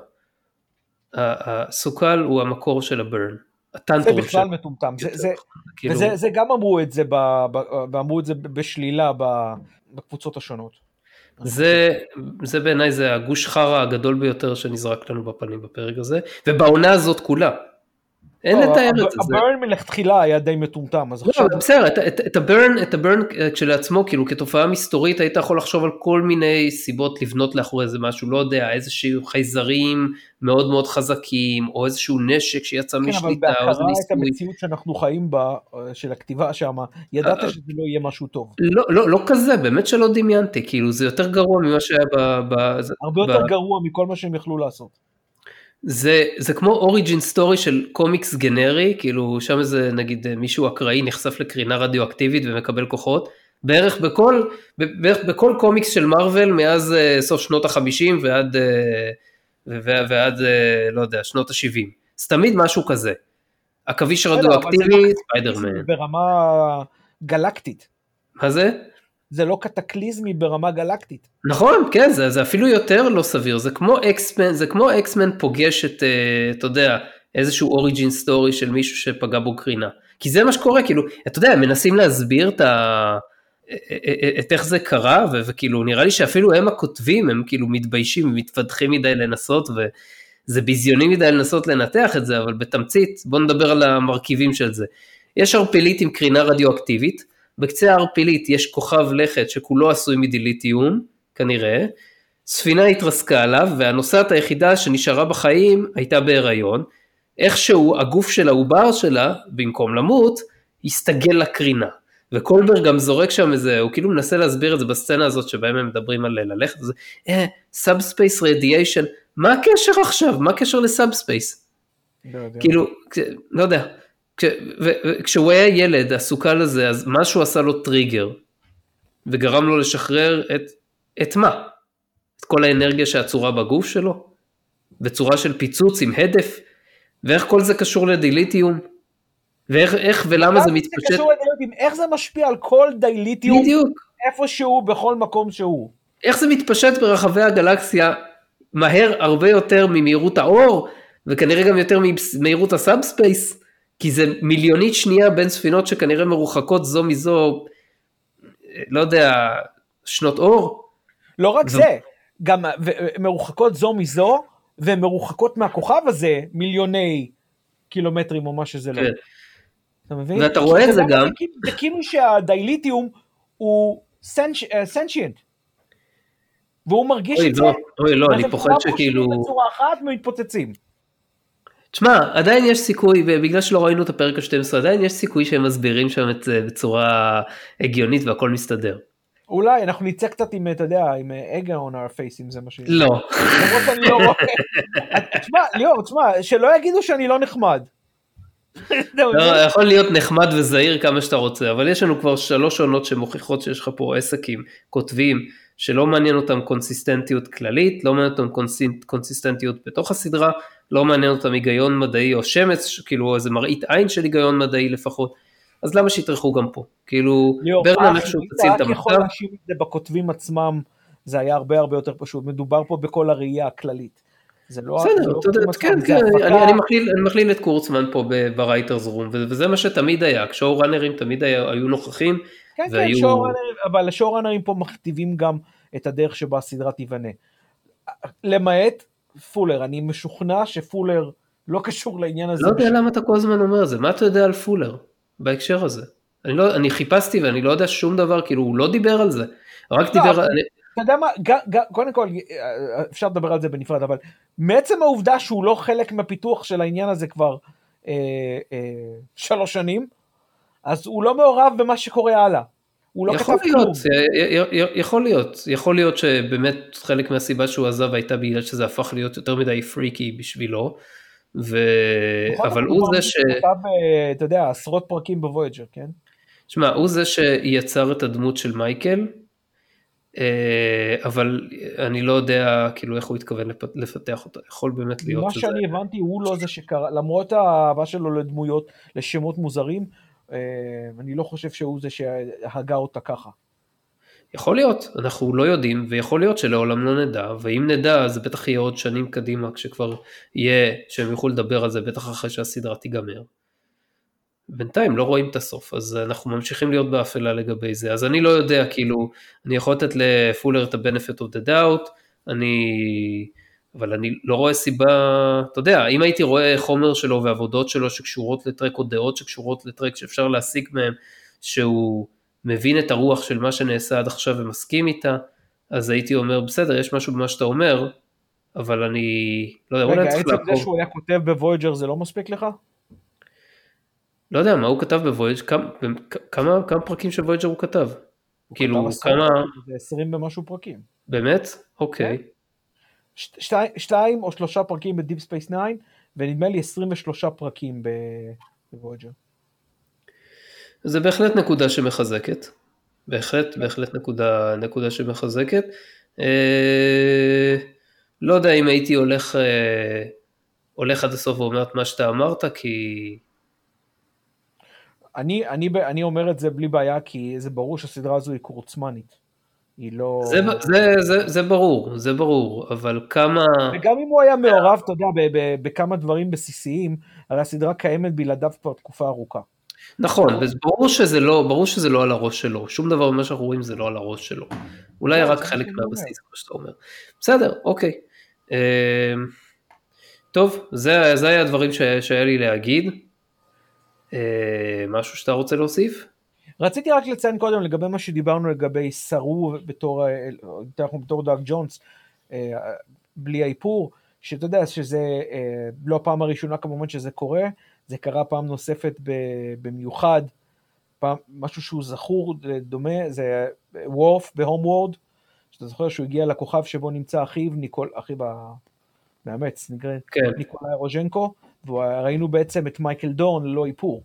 S1: שהסוקל הוא המקור של הברן.
S2: זה בכלל מטומטם. וזה גם אמרו את זה, ואמרו את זה בשלילה בקבוצות השונות.
S1: זה, זה בעיניי זה הגוש חרה הגדול ביותר שנזרק לנו בפנים בפרק הזה, ובעונה הזאת כולה. אין לתאר את זה.
S2: הברן מלכתחילה היה די מטומטם, אז
S1: עכשיו... לא, בסדר, את הברן, את הברן כשלעצמו, כאילו כתופעה מסתורית, היית יכול לחשוב על כל מיני סיבות לבנות לאחורי איזה משהו, לא יודע, איזשהו חייזרים מאוד מאוד חזקים, או איזשהו נשק שיצא משליטה,
S2: כן, אבל בהכרה את המציאות שאנחנו חיים בה, של הכתיבה שם, ידעת שזה לא יהיה משהו טוב.
S1: לא, לא, לא כזה, באמת שלא דמיינתי, כאילו זה יותר גרוע ממה שהיה ב...
S2: הרבה יותר גרוע מכל מה שהם יכלו לעשות.
S1: זה, זה כמו אוריג'ין סטורי של קומיקס גנרי, כאילו שם איזה נגיד מישהו אקראי נחשף לקרינה רדיואקטיבית ומקבל כוחות, בערך בכל, בערך בכל קומיקס של מרוול מאז סוף שנות החמישים ועד, ועד לא יודע, שנות השבעים. זה תמיד משהו כזה. עכביש רדיואקטיבי, ספיידרמן.
S2: ברמה גלקטית.
S1: מה זה?
S2: זה לא קטקליזמי ברמה גלקטית.
S1: נכון, כן, זה, זה אפילו יותר לא סביר, זה כמו אקסמן, זה כמו אקסמן פוגש את, אתה יודע, איזשהו אוריג'ין סטורי של מישהו שפגע בו קרינה. כי זה מה שקורה, כאילו, אתה יודע, מנסים להסביר את, ה, את איך זה קרה, ו, וכאילו, נראה לי שאפילו הם הכותבים, הם כאילו מתביישים, מתפתחים מדי לנסות, וזה ביזיוני מדי לנסות לנתח את זה, אבל בתמצית, בוא נדבר על המרכיבים של זה. יש ערפילית עם קרינה רדיואקטיבית, בקצה הערפילית יש כוכב לכת שכולו עשוי מדיליטיום, כנראה, ספינה התרסקה עליו, והנוסעת היחידה שנשארה בחיים הייתה בהיריון, איכשהו הגוף של העובר שלה, במקום למות, הסתגל לקרינה, וקולברג גם זורק שם איזה, הוא כאילו מנסה להסביר את זה בסצנה הזאת, שבהם הם מדברים על ללכת, זה, אה, סאבספייס רדיאשן, מה הקשר עכשיו? מה הקשר לסאבספייס?
S2: לא יודע.
S1: כאילו, לא יודע, כשהוא היה ילד, הסוכל הזה, אז משהו עשה לו טריגר, וגרם לו לשחרר את, את מה? את כל האנרגיה שעצורה בגוף שלו, בצורה של פיצוץ עם הדף, ואיך כל זה קשור לדיליטיום, ואיך איך ולמה זה מתפשט. זה קשור
S2: לדיליטיום, איך זה משפיע על כל דיליטיום,
S1: בדיוק.
S2: איפשהו, בכל מקום שהוא.
S1: איך זה מתפשט ברחבי הגלקסיה, מהר הרבה יותר ממהירות האור, וכנראה גם יותר ממהירות הסאבספייס, כי זה מיליונית שנייה בין ספינות שכנראה מרוחקות זו מזו, לא יודע, שנות אור.
S2: לא רק זה, זה גם מרוחקות זו מזו, ומרוחקות מהכוכב הזה מיליוני קילומטרים או מה שזה לא. אתה מבין?
S1: ואתה רואה את זה גם.
S2: זה כאילו שהדיליטיום הוא סנשיינט. והוא מרגיש את זה.
S1: אוי, לא, אני פוחד שכאילו...
S2: בצורה אחת מתפוצצים.
S1: תשמע, עדיין יש סיכוי, בגלל שלא ראינו את הפרק ה-שתים עשרה, עדיין יש סיכוי שהם מסבירים שם את זה בצורה הגיונית והכל מסתדר.
S2: אולי, אנחנו נצא קצת עם, אתה יודע, עם אגה on our face, אם זה מה שיש.
S1: לא.
S2: למרות אני לא רואה. תשמע, ליאור, תשמע, שלא יגידו שאני לא נחמד.
S1: לא, יכול להיות נחמד וזהיר כמה שאתה רוצה, אבל יש לנו כבר שלוש עונות שמוכיחות שיש לך פה עסקים, כותבים, שלא מעניין אותם קונסיסטנטיות כללית, לא מעניין אותם קונסיסטנטיות בתוך הסדרה, לא מעניין אותם היגיון מדעי או שמץ, כאילו איזה מראית עין של היגיון מדעי לפחות, אז למה שיתרחו גם פה? כאילו, ברנן איכשהו תציל את המצב.
S2: יכול להשיב את זה בכותבים עצמם, זה היה הרבה הרבה יותר פשוט, מדובר פה בכל הראייה הכללית. זה לא...
S1: בסדר, אתה יודע, כן, כן, אני מכליל את קורצמן פה ברייטרס רום, וזה מה שתמיד היה, כשאו ראנרים תמיד היו נוכחים,
S2: כן, כן, אבל השואו-ראנרים פה מכתיבים גם את הדרך שבה הסדרה תיבנה. למעט פולר, אני משוכנע שפולר לא קשור לעניין הזה.
S1: לא יודע למה אתה כל הזמן אומר זה, מה אתה יודע על פולר בהקשר הזה? אני, לא, אני חיפשתי ואני לא יודע שום דבר, כאילו הוא לא דיבר על זה, רק דיבר...
S2: אתה יודע מה, קודם כל אפשר לדבר על זה בנפרד, אבל מעצם העובדה שהוא לא חלק מהפיתוח של העניין הזה כבר שלוש שנים, אז הוא לא מעורב במה שקורה הלאה. הוא לא כתב כלום.
S1: יכול להיות, יכול להיות שבאמת חלק מהסיבה שהוא עזב הייתה בגלל שזה הפך להיות יותר מדי פריקי בשבילו, אבל הוא זה ש...
S2: אתה יודע, עשרות פרקים בוויג'ר, כן?
S1: שמע, הוא זה שיצר את הדמות של מייקל, אבל אני לא יודע כאילו איך הוא התכוון לפתח אותה, יכול באמת להיות
S2: שזה... מה שאני הבנתי הוא לא זה שקרה, למרות האהבה שלו לדמויות, לשמות מוזרים, אני לא חושב שהוא זה שהגה אותה ככה.
S1: יכול להיות, אנחנו לא יודעים, ויכול להיות שלעולם לא נדע, ואם נדע, אז בטח יהיה עוד שנים קדימה, כשכבר יהיה, שהם יוכלו לדבר על זה, בטח אחרי שהסדרה תיגמר. בינתיים לא רואים את הסוף, אז אנחנו ממשיכים להיות באפלה לגבי זה, אז אני לא יודע, כאילו, אני יכול לתת לפולר את ה-benefit of the doubt, אני, אבל אני לא רואה סיבה, אתה יודע, אם הייתי רואה חומר שלו ועבודות שלו שקשורות לטרק, או דעות שקשורות לטרק, שאפשר להסיק מהם, שהוא מבין את הרוח של מה שנעשה עד עכשיו ומסכים איתה, אז הייתי אומר, בסדר, יש משהו במה שאתה אומר, אבל אני, לא יודע, אולי
S2: רגע,
S1: צריך
S2: עצם זה
S1: לעקוב.
S2: שהוא היה כותב בוויג'ר זה לא מספיק לך?
S1: לא יודע, מה הוא כתב בוויג' כמה, כמה, כמה פרקים של וויג'ר הוא כתב?
S2: הוא
S1: כאילו,
S2: כתב עשרות
S1: כמה,
S2: פרקים, זה עשרים ומשהו פרקים.
S1: באמת? אוקיי.
S2: ש- שתי, שתיים או שלושה פרקים בדיפ ספייס תשע, ונדמה לי עשרים ושלושה פרקים בוויג'ר.
S1: זה בהחלט נקודה שמחזקת. בהחלט, בהחלט נקודה, נקודה שמחזקת. אה, לא יודע אם הייתי הולך, אה, הולך עד הסוף ואומר את מה שאתה אמרת, כי...
S2: אני, אני, אני אומר את זה בלי בעיה, כי זה ברור שהסדרה הזו היא קורצמנית. היא לא...
S1: זה, זה, זה, זה ברור, זה ברור, אבל כמה...
S2: וגם אם הוא היה מעורב, אתה יודע, ב- ב- בכמה דברים בסיסיים, הרי הסדרה קיימת בלעדיו כבר תקופה ארוכה.
S1: נכון, וברור שזה לא, ברור שזה לא על הראש שלו, שום דבר ממה שאנחנו רואים זה לא על הראש שלו, אולי
S2: לא,
S1: רק
S2: זה
S1: חלק
S2: מה שאני אומר.
S1: מהבסיס, כמו שאתה אומר. בסדר, אוקיי. אה, טוב, זה, זה היה הדברים ש, שהיה לי להגיד. אה, משהו שאתה רוצה להוסיף?
S2: רציתי רק לציין קודם לגבי מה שדיברנו לגבי סרו בתור, אנחנו בתור דאג ג'ונס, אה, בלי האיפור, שאתה יודע שזה אה, לא הפעם הראשונה כמובן שזה קורה, זה קרה פעם נוספת במיוחד, פעם, משהו שהוא זכור, דומה, זה וורף בהום וורד, שאתה זוכר שהוא הגיע לכוכב שבו נמצא אחיו, ניקול, אחיו המאמץ, נקרא,
S1: כן.
S2: ניקולאי רוז'נקו, וראינו בעצם את מייקל דורן ללא איפור.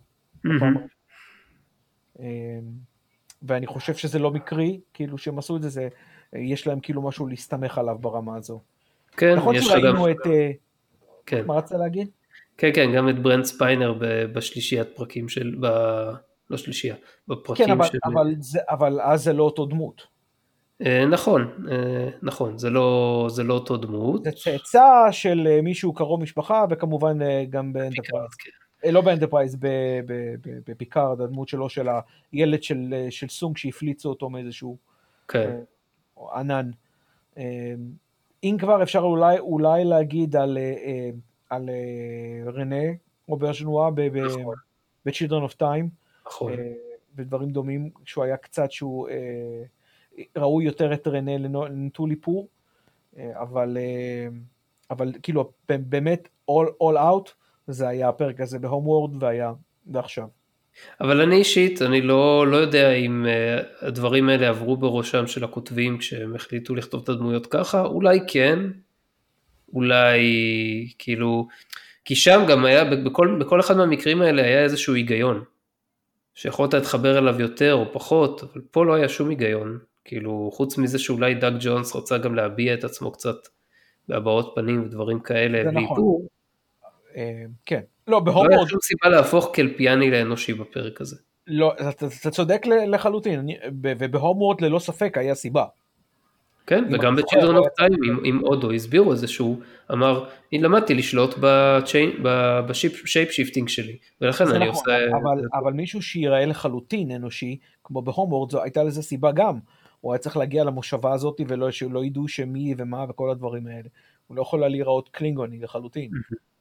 S2: ואני חושב שזה לא מקרי, כאילו שהם עשו את זה, זה יש להם כאילו משהו להסתמך עליו ברמה הזו.
S1: כן,
S2: נכון
S1: יש
S2: שראינו
S1: גם...
S2: את...
S1: כן.
S2: מה רצת להגיד?
S1: כן, כן, גם את ברנד ספיינר בשלישיית פרקים של... ב... לא שלישייה, בפרקים
S2: כן, אבל,
S1: של...
S2: אבל, זה, אבל אז זה לא אותו דמות.
S1: נכון, נכון, זה לא, זה לא אותו דמות.
S2: זה צאצא של מישהו קרוב משפחה, וכמובן גם באנטרפרייז. כן. לא באנטרפרייז, בפיקארד, הדמות שלו של הילד של, של סונג שהפליצו אותו מאיזשהו
S1: כן.
S2: ענן. אם כבר אפשר אולי, אולי להגיד על, על רנה, רובר ז'נואה ב-Children of Time,
S1: נכון.
S2: ודברים דומים, שהוא היה קצת שהוא ראוי יותר את רנה לנטול איפור, אבל, אבל כאילו באמת all, all out, זה היה הפרק הזה בהום וורד והיה ועכשיו.
S1: אבל אני אישית, אני לא, לא יודע אם uh, הדברים האלה עברו בראשם של הכותבים כשהם החליטו לכתוב את הדמויות ככה, אולי כן, אולי כאילו, כי שם גם היה, בכל, בכל אחד מהמקרים האלה היה איזשהו היגיון, שיכולת להתחבר אליו יותר או פחות, אבל פה לא היה שום היגיון, כאילו חוץ מזה שאולי דאג ג'ונס רצה גם להביע את עצמו קצת בהבעות פנים ודברים כאלה,
S2: זה נכון.
S1: ואיפור.
S2: כן. לא, בהום
S1: לא היה
S2: וורד...
S1: שום סיבה להפוך קלפיאני לאנושי בפרק הזה.
S2: לא, אתה, אתה צודק לחלוטין, ובהום וורד ללא ספק היה סיבה.
S1: כן, וגם ב-Children of Time עם אודו הסבירו איזה שהוא אמר, אני למדתי לשלוט בשייפ שיפטינג שלי, ולכן אני עושה...
S2: אבל, אבל מישהו שיראה לחלוטין אנושי, כמו בהום וורד, הייתה לזה סיבה גם. הוא היה צריך להגיע למושבה הזאת, ולא שלא ידעו שמי ומה וכל הדברים האלה. הוא לא יכול להיראות קלינגוני לחלוטין.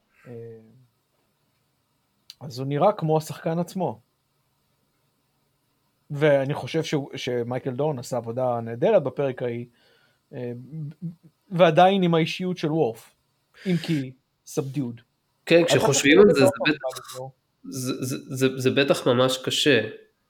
S2: אז הוא נראה כמו השחקן עצמו. ואני חושב ש... שמייקל דורן עשה עבודה נהדרת בפרק ההיא, ועדיין עם האישיות של וורף, אם כי subdued.
S1: כן, כשחושבים על זה, זה בטח, זה, זה, זה, זה בטח ממש קשה,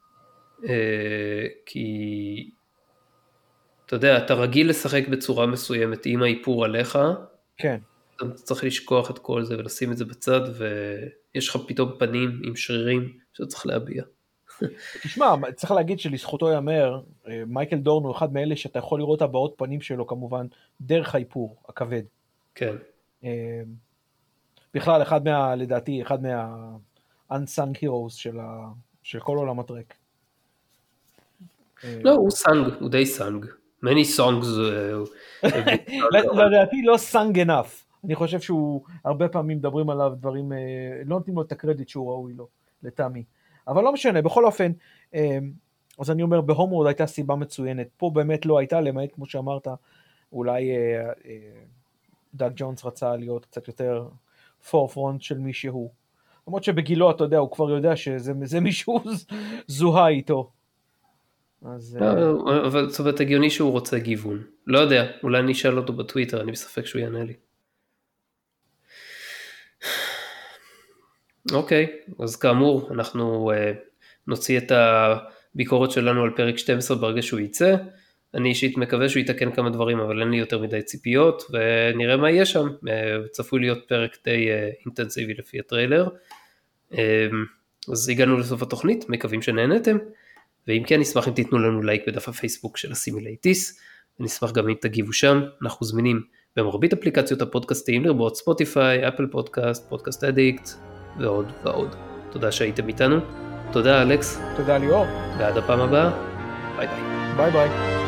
S1: כי אתה יודע, אתה רגיל לשחק בצורה מסוימת עם האיפור עליך,
S2: כן.
S1: אתה צריך לשכוח את כל זה ולשים את זה בצד, ויש לך פתאום פנים עם שרירים שאתה צריך להביע.
S2: תשמע, צריך להגיד שלזכותו יאמר, מייקל דורן הוא אחד מאלה שאתה יכול לראות הבעות פנים שלו כמובן דרך האיפור הכבד.
S1: כן.
S2: בכלל, אחד מה, לדעתי, אחד מה unsung heroes של, ה, של כל עולם הטרק.
S1: לא, הוא סנג, הוא די סנג. many songs.
S2: לדעתי לא sung enough. אני חושב שהוא, הרבה פעמים מדברים עליו דברים, לא נותנים לו את הקרדיט שהוא ראוי לו, לטעמי. אבל לא משנה, בכל אופן, אז אני אומר, בהום וורד הייתה סיבה מצוינת, פה באמת לא הייתה, למעט כמו שאמרת, אולי דאג ג'ונס רצה להיות קצת יותר פורפרונט של מי שהוא. למרות שבגילו, אתה יודע, הוא כבר יודע שזה מישהו זוהה איתו. אז...
S1: לא, אבל זאת אומרת, הגיוני שהוא רוצה גיוון. לא יודע, אולי אני אשאל אותו בטוויטר, אני בספק שהוא יענה לי. אוקיי, אז כאמור, אנחנו uh, נוציא את הביקורת שלנו על פרק שתים עשרה ברגע שהוא יצא. אני אישית מקווה שהוא יתקן כמה דברים, אבל אין לי יותר מדי ציפיות, ונראה מה יהיה שם. Uh, צפוי להיות פרק די uh, אינטנסיבי לפי הטריילר. Uh, אז הגענו לסוף התוכנית, מקווים שנהנתם. ואם כן, נשמח אם תיתנו לנו לייק בדף הפייסבוק של הסימילייטיס, ונשמח גם אם תגיבו שם. אנחנו זמינים במרבית אפליקציות הפודקאסטיים, לרבות ספוטיפיי, אפל פודקאסט, פודקאסט אדיקט, ועוד ועוד. תודה שהייתם איתנו. תודה אלכס.
S2: תודה ליאור.
S1: ועד הפעם הבאה. ביי ביי.
S2: ביי ביי.